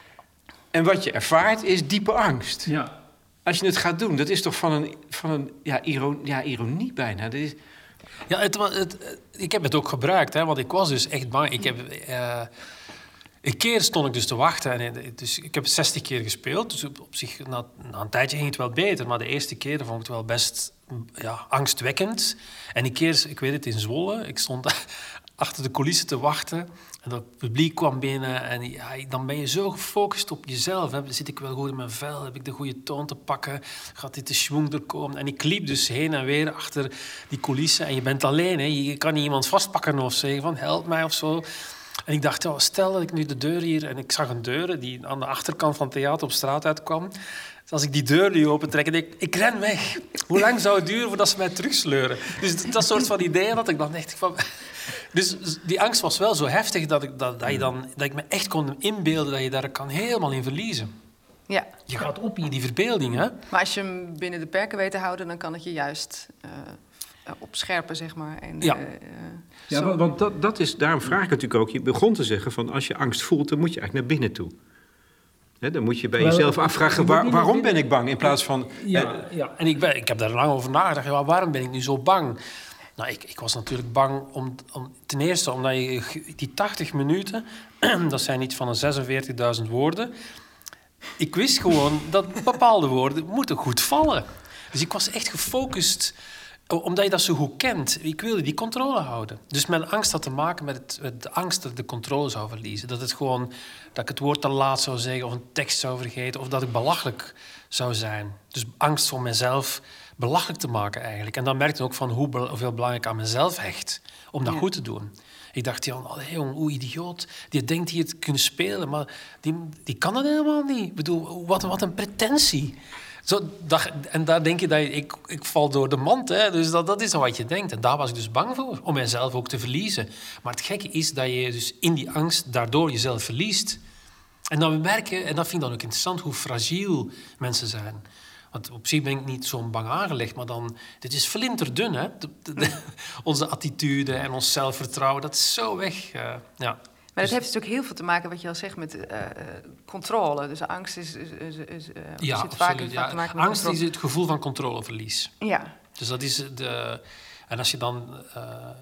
En wat je ervaart is diepe angst. Ja. Als je het gaat doen, dat is toch van een, van een ja, ironie, ja, ironie bijna. Dat is... Ja, het, het, ik heb het ook gebruikt, hè, want ik was dus echt bang. Ik heb, uh, een keer stond ik dus te wachten. En, dus ik heb zestig keer gespeeld. Dus op, op zich, na, na een tijdje ging het wel beter. Maar de eerste keer vond ik het wel best ja, angstwekkend. En een keer, ik weet het, in Zwolle. Ik stond achter de coulissen te wachten. En het publiek kwam binnen en ja, dan ben je zo gefocust op jezelf. Hè. Zit ik wel goed in mijn vel? Heb ik de goede toon te pakken? Gaat dit de schwung er komen? En ik liep dus heen en weer achter die coulissen. En je bent alleen, hè. Je kan niet iemand vastpakken of zeggen van help mij of zo. En ik dacht, oh, stel dat ik nu de deur hier... En ik zag een deur die aan de achterkant van het theater op straat uitkwam. Dus als ik die deur nu opentrek en ik, ik ren weg. Hoe lang zou het duren voordat ze mij terugsleuren? Dus dat soort van ideeën dat ik dan echt van... Dus die angst was wel zo heftig dat ik, dat, dat je dan, dat ik me echt kon inbeelden dat je daar kan helemaal in verliezen. Ja. Je gaat op in die verbeelding, hè? Maar als je hem binnen de perken weet te houden, dan kan het je juist uh, uh, opscherpen, zeg maar. En, Ja. uh, uh, Ja, want, want dat, dat is, daarom vraag ik natuurlijk ook. Je begon te zeggen van als je angst voelt, dan moet je eigenlijk naar binnen toe. Hè, dan moet je bij Wel, jezelf ik- afvragen, ik moet waar, niet waarom naar ben binnen. ik bang? In plaats van... Ja, eh, ja. En ik, ben, ik heb daar lang over nagedacht. Ja, waarom ben ik nu zo bang? Nou, ik, ik was natuurlijk bang om, om... Ten eerste omdat je die tachtig minuten... dat zijn iets van een zesenveertigduizend woorden... Ik wist gewoon dat bepaalde woorden moeten goed vallen. Dus ik was echt gefocust... Omdat je dat zo goed kent. Ik wilde die controle houden. Dus mijn angst had te maken met, het, met de angst dat ik de controle zou verliezen. Dat, het gewoon, dat ik het woord te laat zou zeggen of een tekst zou vergeten... of dat ik belachelijk zou zijn. Dus angst voor mezelf belachelijk te maken eigenlijk. En dan merkte ik ook van hoe, hoeveel belang ik aan mezelf hecht... om dat Ja. goed te doen. Ik dacht, ja, allee, jong, hoe idioot. Die denkt hier te kunnen spelen, maar die, die kan dat helemaal niet. Ik bedoel, wat, wat een pretentie. Zo, dat, en daar denk je dat je, ik, ik val door de mand. Hè. Dus dat, dat is wat je denkt. En daar was ik dus bang voor, om mijzelf ook te verliezen. Maar het gekke is dat je dus in die angst daardoor jezelf verliest. En dan merken, en dat vind ik dan ook interessant, hoe fragiel mensen zijn. Want op zich ben ik niet zo'n bang aangelegd, maar dan... Dit is flinterdun, hè. De, de, de, onze attitude en ons zelfvertrouwen, dat is zo weg. Uh, ja. Maar dat heeft natuurlijk heel veel te maken, wat je al zegt, met uh, controle. Dus angst is, is, is, is, uh, Ja, zit vaak, absoluut. vaak Ja. te maken met Angst controle. is het gevoel van controleverlies. Ja, Dus dat is de... En als je dan... Uh,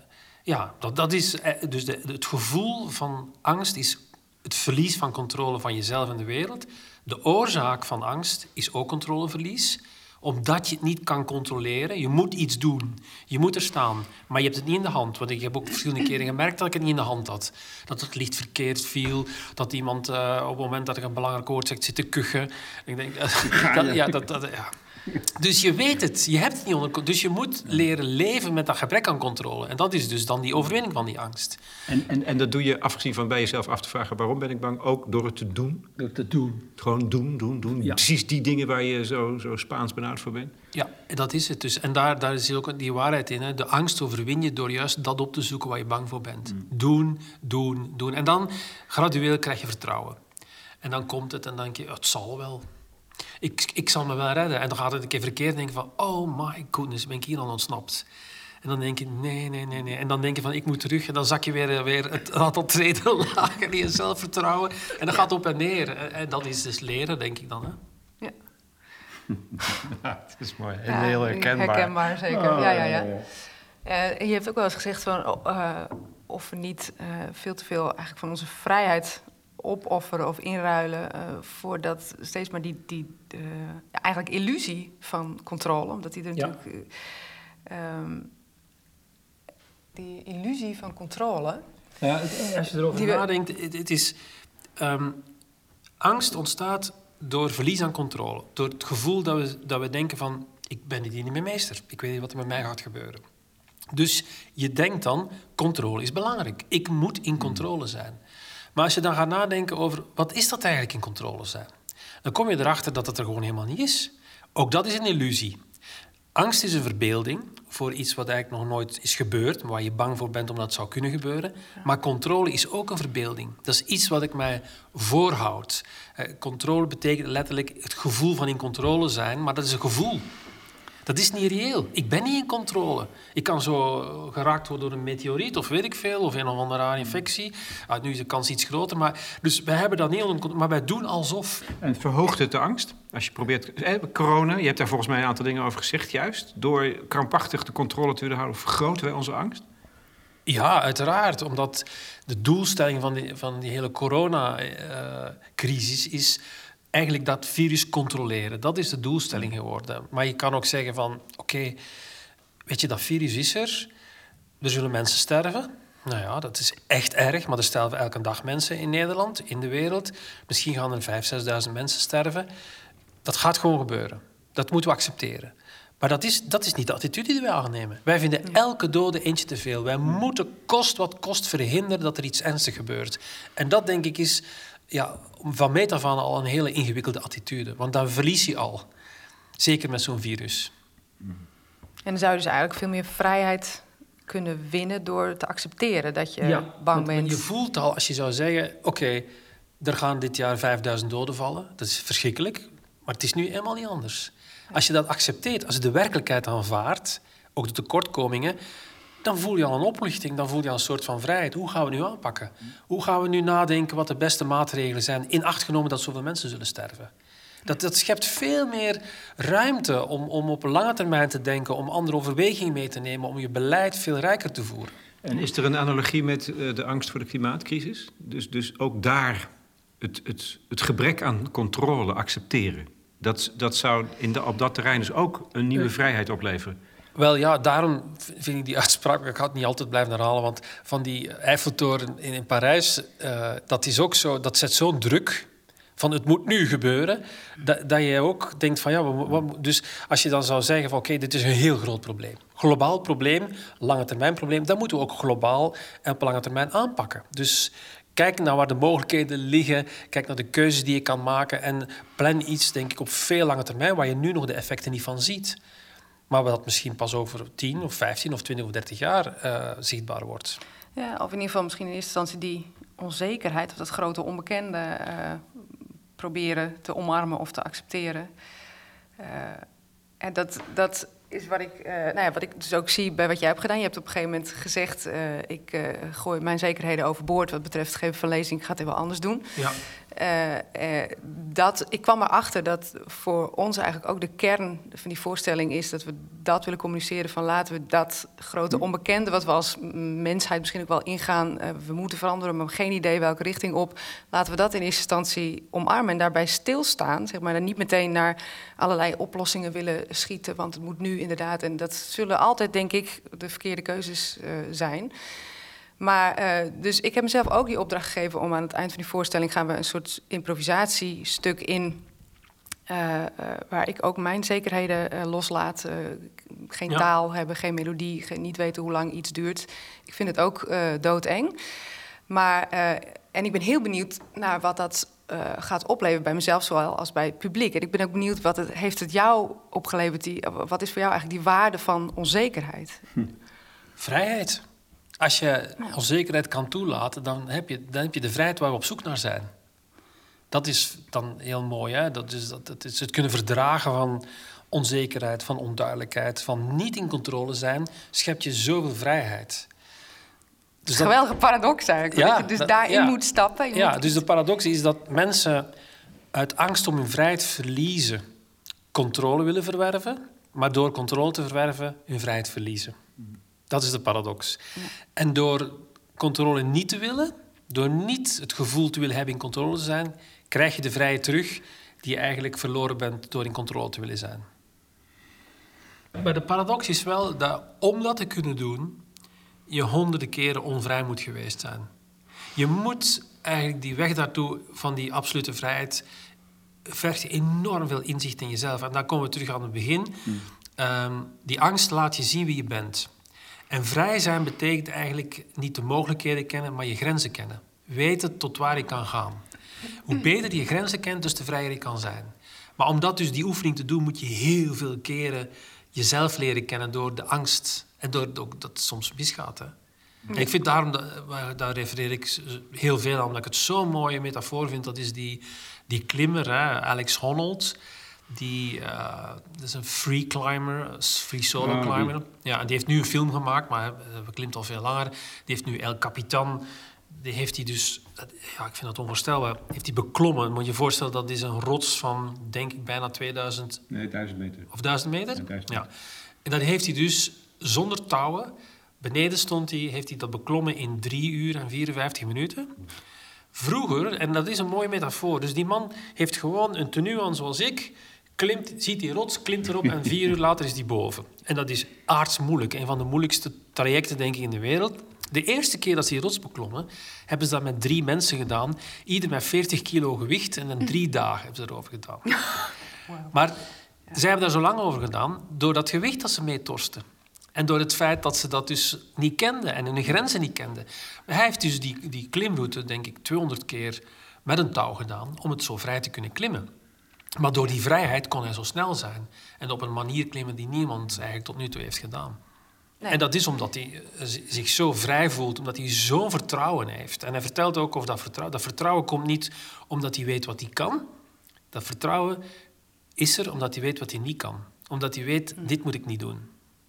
ja, dat, dat is... Dus de, het gevoel van angst is het verlies van controle van jezelf en de wereld. De oorzaak van angst is ook controleverlies. Omdat je het niet kan controleren. Je moet iets doen. Je moet er staan. Maar je hebt het niet in de hand. Want ik heb ook verschillende keren gemerkt dat ik het niet in de hand had. Dat het licht verkeerd viel. Dat iemand uh, op het moment dat ik een belangrijk woord zeg zit te kuchen. Ik denk... Uh, dat, ja, dat, dat, ja. Dus je weet het, je hebt het niet onder controle. Dus je moet leren leven met dat gebrek aan controle. En dat is dus dan die overwinning van die angst. En, en, en dat doe je, afgezien van bij jezelf af te vragen... waarom ben ik bang, ook door het te doen. Door te doen. Gewoon doen, doen, doen. Ja. Precies die dingen waar je zo, zo Spaans benauwd voor bent. Ja, dat is het dus. En daar, daar is ook die waarheid in. Hè. De angst overwin je door juist dat op te zoeken waar je bang voor bent. Mm. Doen, doen, doen. En dan gradueel krijg je vertrouwen. En dan komt het en dan denk je, het zal wel. Ik, ik zal me wel redden. En dan gaat het een keer verkeerd en denk je van... oh my goodness, ben ik hier al ontsnapt? En dan denk je, nee, nee, nee, nee. En dan denk je van, ik moet terug. En dan zak je weer, weer het aantal treden lager in je zelfvertrouwen. En dan gaat het op en neer. En dat is dus leren, denk ik dan. Hè? ja. Ja, het is mooi. Ja, heel herkenbaar. Herkenbaar, zeker. Oh, ja, ja, ja. ja, ja. Uh, en je hebt ook wel eens gezegd van, uh, of we niet uh, veel te veel eigenlijk van onze vrijheid opofferen of inruilen uh, voor dat steeds maar die, die uh, ja, eigenlijk illusie van controle, omdat die er Ja. natuurlijk uh, um, die illusie van controle. Ja, het, als je erover die we, nadenkt, het, het is um, angst ontstaat door verlies aan controle, door het gevoel dat we dat we denken van, ik ben hier niet meer meester, ik weet niet wat er met mij gaat gebeuren. Dus je denkt dan, controle is belangrijk, ik moet in controle zijn. Maar als je dan gaat nadenken over, wat is dat eigenlijk in controle zijn? Dan kom je erachter dat het er gewoon helemaal niet is. Ook dat is een illusie. Angst is een verbeelding voor iets wat eigenlijk nog nooit is gebeurd, waar je bang voor bent omdat het zou kunnen gebeuren. Maar controle is ook een verbeelding. Dat is iets wat ik mij voorhoud. Eh, controle betekent letterlijk het gevoel van in controle zijn, maar dat is een gevoel. Dat is niet reëel. Ik ben niet in controle. Ik kan zo geraakt worden door een meteoriet of weet ik veel, of een of andere rare infectie. Ah, nu is de kans iets groter, maar dus wij hebben dat niet onder controle, maar wij doen alsof. En verhoogt het de angst? Als je probeert... Eh, corona, je hebt daar volgens mij een aantal dingen over gezegd, juist. Door krampachtig de controle te willen houden, vergroten wij onze angst? Ja, uiteraard. Omdat de doelstelling van die, van die hele coronacrisis uh, is eigenlijk dat virus controleren. Dat is de doelstelling geworden. Maar je kan ook zeggen van, oké, okay, weet je, dat virus is er. Er zullen mensen sterven. Nou ja, dat is echt erg, maar er sterven elke dag mensen in Nederland, in de wereld. Misschien gaan er vijfduizend, zesduizend mensen sterven. Dat gaat gewoon gebeuren. Dat moeten we accepteren. Maar dat is, dat is niet de attitude die wij aannemen. Wij vinden elke dode eentje te veel. Wij moeten kost wat kost verhinderen dat er iets ernstigs gebeurt. En dat, denk ik, is ja, van meet af aan al een hele ingewikkelde attitude. Want dan verlies je al. Zeker met zo'n virus. En dan zou je dus eigenlijk veel meer vrijheid kunnen winnen door te accepteren dat je ja, bang want, bent. Je voelt al, als je zou zeggen, oké, okay, er gaan dit jaar vijfduizend doden vallen. Dat is verschrikkelijk, maar het is nu helemaal niet anders. Als je dat accepteert, als je de werkelijkheid aanvaardt, ook de tekortkomingen, dan voel je al een opluchting, dan voel je al een soort van vrijheid. Hoe gaan we nu aanpakken? Hoe gaan we nu nadenken wat de beste maatregelen zijn, in acht genomen dat zoveel mensen zullen sterven? Dat, dat schept veel meer ruimte om, om op lange termijn te denken, om andere overwegingen mee te nemen, om je beleid veel rijker te voeren. En is er een analogie met uh, de angst voor de klimaatcrisis? Dus, dus ook daar het, het, het gebrek aan controle accepteren. Dat, dat zou in de, op dat terrein dus ook een nieuwe vrijheid opleveren. Wel ja, daarom vind ik die uitspraak, ik ga het niet altijd blijven herhalen, want van die Eiffeltoren in, in Parijs, uh, dat is ook zo, dat zet zo'n druk van het moet nu gebeuren, dat, dat je ook denkt van ja, wat, wat, dus als je dan zou zeggen van oké, okay, dit is een heel groot probleem. Globaal probleem, lange termijn probleem, dat moeten we ook globaal en op lange termijn aanpakken. Dus kijk naar waar de mogelijkheden liggen, kijk naar de keuzes die je kan maken en plan iets, denk ik, op veel lange termijn waar je nu nog de effecten niet van ziet. Maar wat dat misschien pas over tien of vijftien of twintig of dertig jaar uh, zichtbaar wordt. Ja, of in ieder geval misschien in eerste instantie die onzekerheid of dat grote onbekende uh, proberen te omarmen of te accepteren. Uh, en dat, dat is wat ik, uh, nou ja, wat ik dus ook zie bij wat jij hebt gedaan. Je hebt op een gegeven moment gezegd, uh, ik uh, gooi mijn zekerheden overboord wat betreft het geven van lezing, ik ga het even anders doen. Ja. Uh, uh, dat, ik kwam erachter dat voor ons eigenlijk ook de kern van die voorstelling is dat we dat willen communiceren van laten we dat grote onbekende wat we als mensheid misschien ook wel ingaan, uh, we moeten veranderen, maar geen idee welke richting op, laten we dat in eerste instantie omarmen en daarbij stilstaan, zeg maar, en niet meteen naar allerlei oplossingen willen schieten, want het moet nu inderdaad, en dat zullen altijd denk ik de verkeerde keuzes uh, zijn. Maar, uh, dus ik heb mezelf ook die opdracht gegeven om aan het eind van die voorstelling gaan we een soort improvisatiestuk in, uh, uh, waar ik ook mijn zekerheden uh, loslaat. Uh, geen ja. taal hebben, geen melodie, geen, niet weten hoe lang iets duurt. Ik vind het ook uh, doodeng. Maar, uh, en ik ben heel benieuwd naar wat dat uh, gaat opleveren bij mezelf, zowel als bij het publiek. En ik ben ook benieuwd, wat het, heeft het jou opgeleverd? Die, wat is voor jou eigenlijk die waarde van onzekerheid? Hm. Vrijheid. Als je onzekerheid kan toelaten, dan heb je, dan heb je de vrijheid waar we op zoek naar zijn. Dat is dan heel mooi. Hè? Dat is, dat, dat is het kunnen verdragen van onzekerheid, van onduidelijkheid, van niet in controle zijn, schept je zoveel vrijheid. Dus dat, geweldige paradox eigenlijk. Ja, dat je dus dat, daarin ja. moet stappen. Je ja, moet dus de paradox is dat mensen uit angst om hun vrijheid verliezen, controle willen verwerven, maar door controle te verwerven hun vrijheid verliezen. Dat is de paradox. Ja. En door controle niet te willen, door niet het gevoel te willen hebben in controle te zijn, krijg je de vrijheid terug die je eigenlijk verloren bent door in controle te willen zijn. Maar de paradox is wel dat om dat te kunnen doen, je honderden keren onvrij moet geweest zijn. Je moet eigenlijk die weg daartoe van die absolute vrijheid vergt enorm veel inzicht in jezelf. En daar komen we terug aan het begin. Hmm. Um, die angst laat je zien wie je bent. En vrij zijn betekent eigenlijk niet de mogelijkheden kennen, maar je grenzen kennen. Weten tot waar je kan gaan. Hoe beter je grenzen kent, dus te vrijer je kan zijn. Maar om dat dus die oefening te doen, moet je heel veel keren jezelf leren kennen door de angst. En door ook dat het soms misgaat. Hè. En ik vind daarom, dat, daar refereer ik heel veel aan, omdat ik het zo'n mooie metafoor vind. Dat is die, die klimmer, hè, Alex Honnold. Die, uh, dat is een free climber, een free solo ja, climber. Die. Ja, en die heeft nu een film gemaakt, maar hij klimt al veel langer. Die heeft nu El Capitan. Die heeft hij dus, ja, ik vind dat onvoorstelbaar, heeft hij beklommen. Moet je je voorstellen, dat is een rots van, denk ik, bijna tweeduizend... Nee, duizend meter. Of duizend meter? Ja, duizend meter. Ja. En dat heeft hij dus zonder touwen. Beneden stond hij, heeft hij dat beklommen in drie uur en vierenvijftig minuten. Vroeger, en dat is een mooie metafoor, dus die man heeft gewoon een tenue aan zoals ik, klimt, ziet die rots, klimt erop en vier uur later is die boven. En dat is aardsmoeilijk. Een van de moeilijkste trajecten, denk ik, in de wereld. De eerste keer dat ze die rots beklommen, hebben ze dat met drie mensen gedaan. Ieder met veertig kilo gewicht en in drie dagen hebben ze erover gedaan. Wow. Maar ja. zij hebben daar zo lang over gedaan door dat gewicht dat ze meetorsten. En door het feit dat ze dat dus niet kenden en hun grenzen niet kenden. Hij heeft dus die, die klimroute, denk ik, tweehonderd keer met een touw gedaan om het zo vrij te kunnen klimmen. Maar door die vrijheid kon hij zo snel zijn. En op een manier klimmen die niemand eigenlijk tot nu toe heeft gedaan. Nee. En dat is omdat hij zich zo vrij voelt, omdat hij zo'n vertrouwen heeft. En hij vertelt ook over dat vertrouwen. Dat vertrouwen komt niet omdat hij weet wat hij kan. Dat vertrouwen is er omdat hij weet wat hij niet kan. Omdat hij weet, dit moet ik niet doen.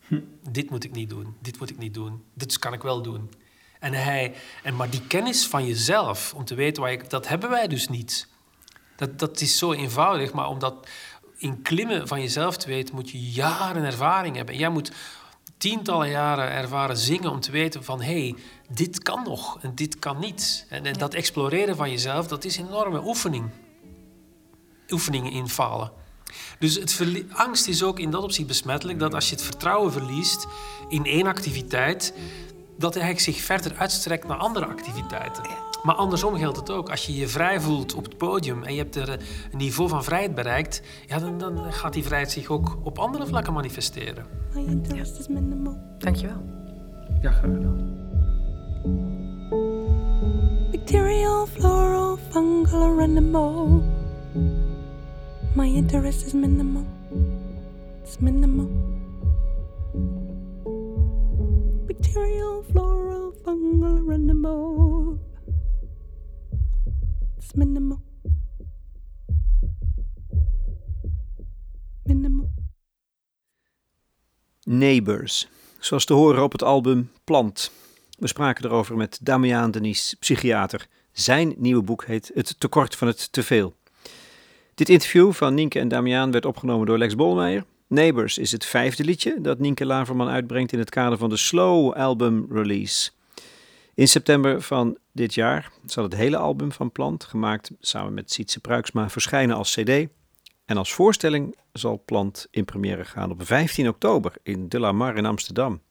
hm. dit moet ik niet doen, dit moet ik niet doen, dit kan ik wel doen. En hij, en maar die kennis van jezelf, om te weten waar je, dat hebben wij dus niet. Dat, dat is zo eenvoudig, maar om dat in klimmen van jezelf te weten, moet je jaren ervaring hebben. En jij moet tientallen jaren ervaren zingen om te weten van, hé, hey, dit kan nog en dit kan niet. En, en dat exploreren van jezelf, dat is een enorme oefening. Oefeningen in falen. Dus het verlie- angst is ook in dat opzicht besmettelijk, dat als je het vertrouwen verliest in één activiteit, dat hij eigenlijk zich verder uitstrekt naar andere activiteiten. Maar andersom geldt het ook. Als je je vrij voelt op het podium en je hebt er een niveau van vrijheid bereikt, ja, dan, dan gaat die vrijheid zich ook op andere vlakken manifesteren. Ja. Dankjewel. Ja, graag gedaan. Bacterial, floral, fungal, or animal. My interest is minimal. It's minimal. Bacterial, floral, fungal, or animal. It's minimal. Minimal. Neighbours, zoals te horen op het album Plant. We spraken erover met Damiaan de Nies, psychiater. Zijn nieuwe boek heet Het tekort van het teveel. Dit interview van Nienke en Damiaan werd opgenomen door Lex Bolmeijer. Neighbours is het vijfde liedje dat Nienke Laverman uitbrengt in het kader van de Slow album release. In september van dit jaar zal het hele album van Plant, gemaakt samen met Sietse Pruiksma, verschijnen als cd. En als voorstelling zal Plant in première gaan op vijftien oktober in De La Mar in Amsterdam.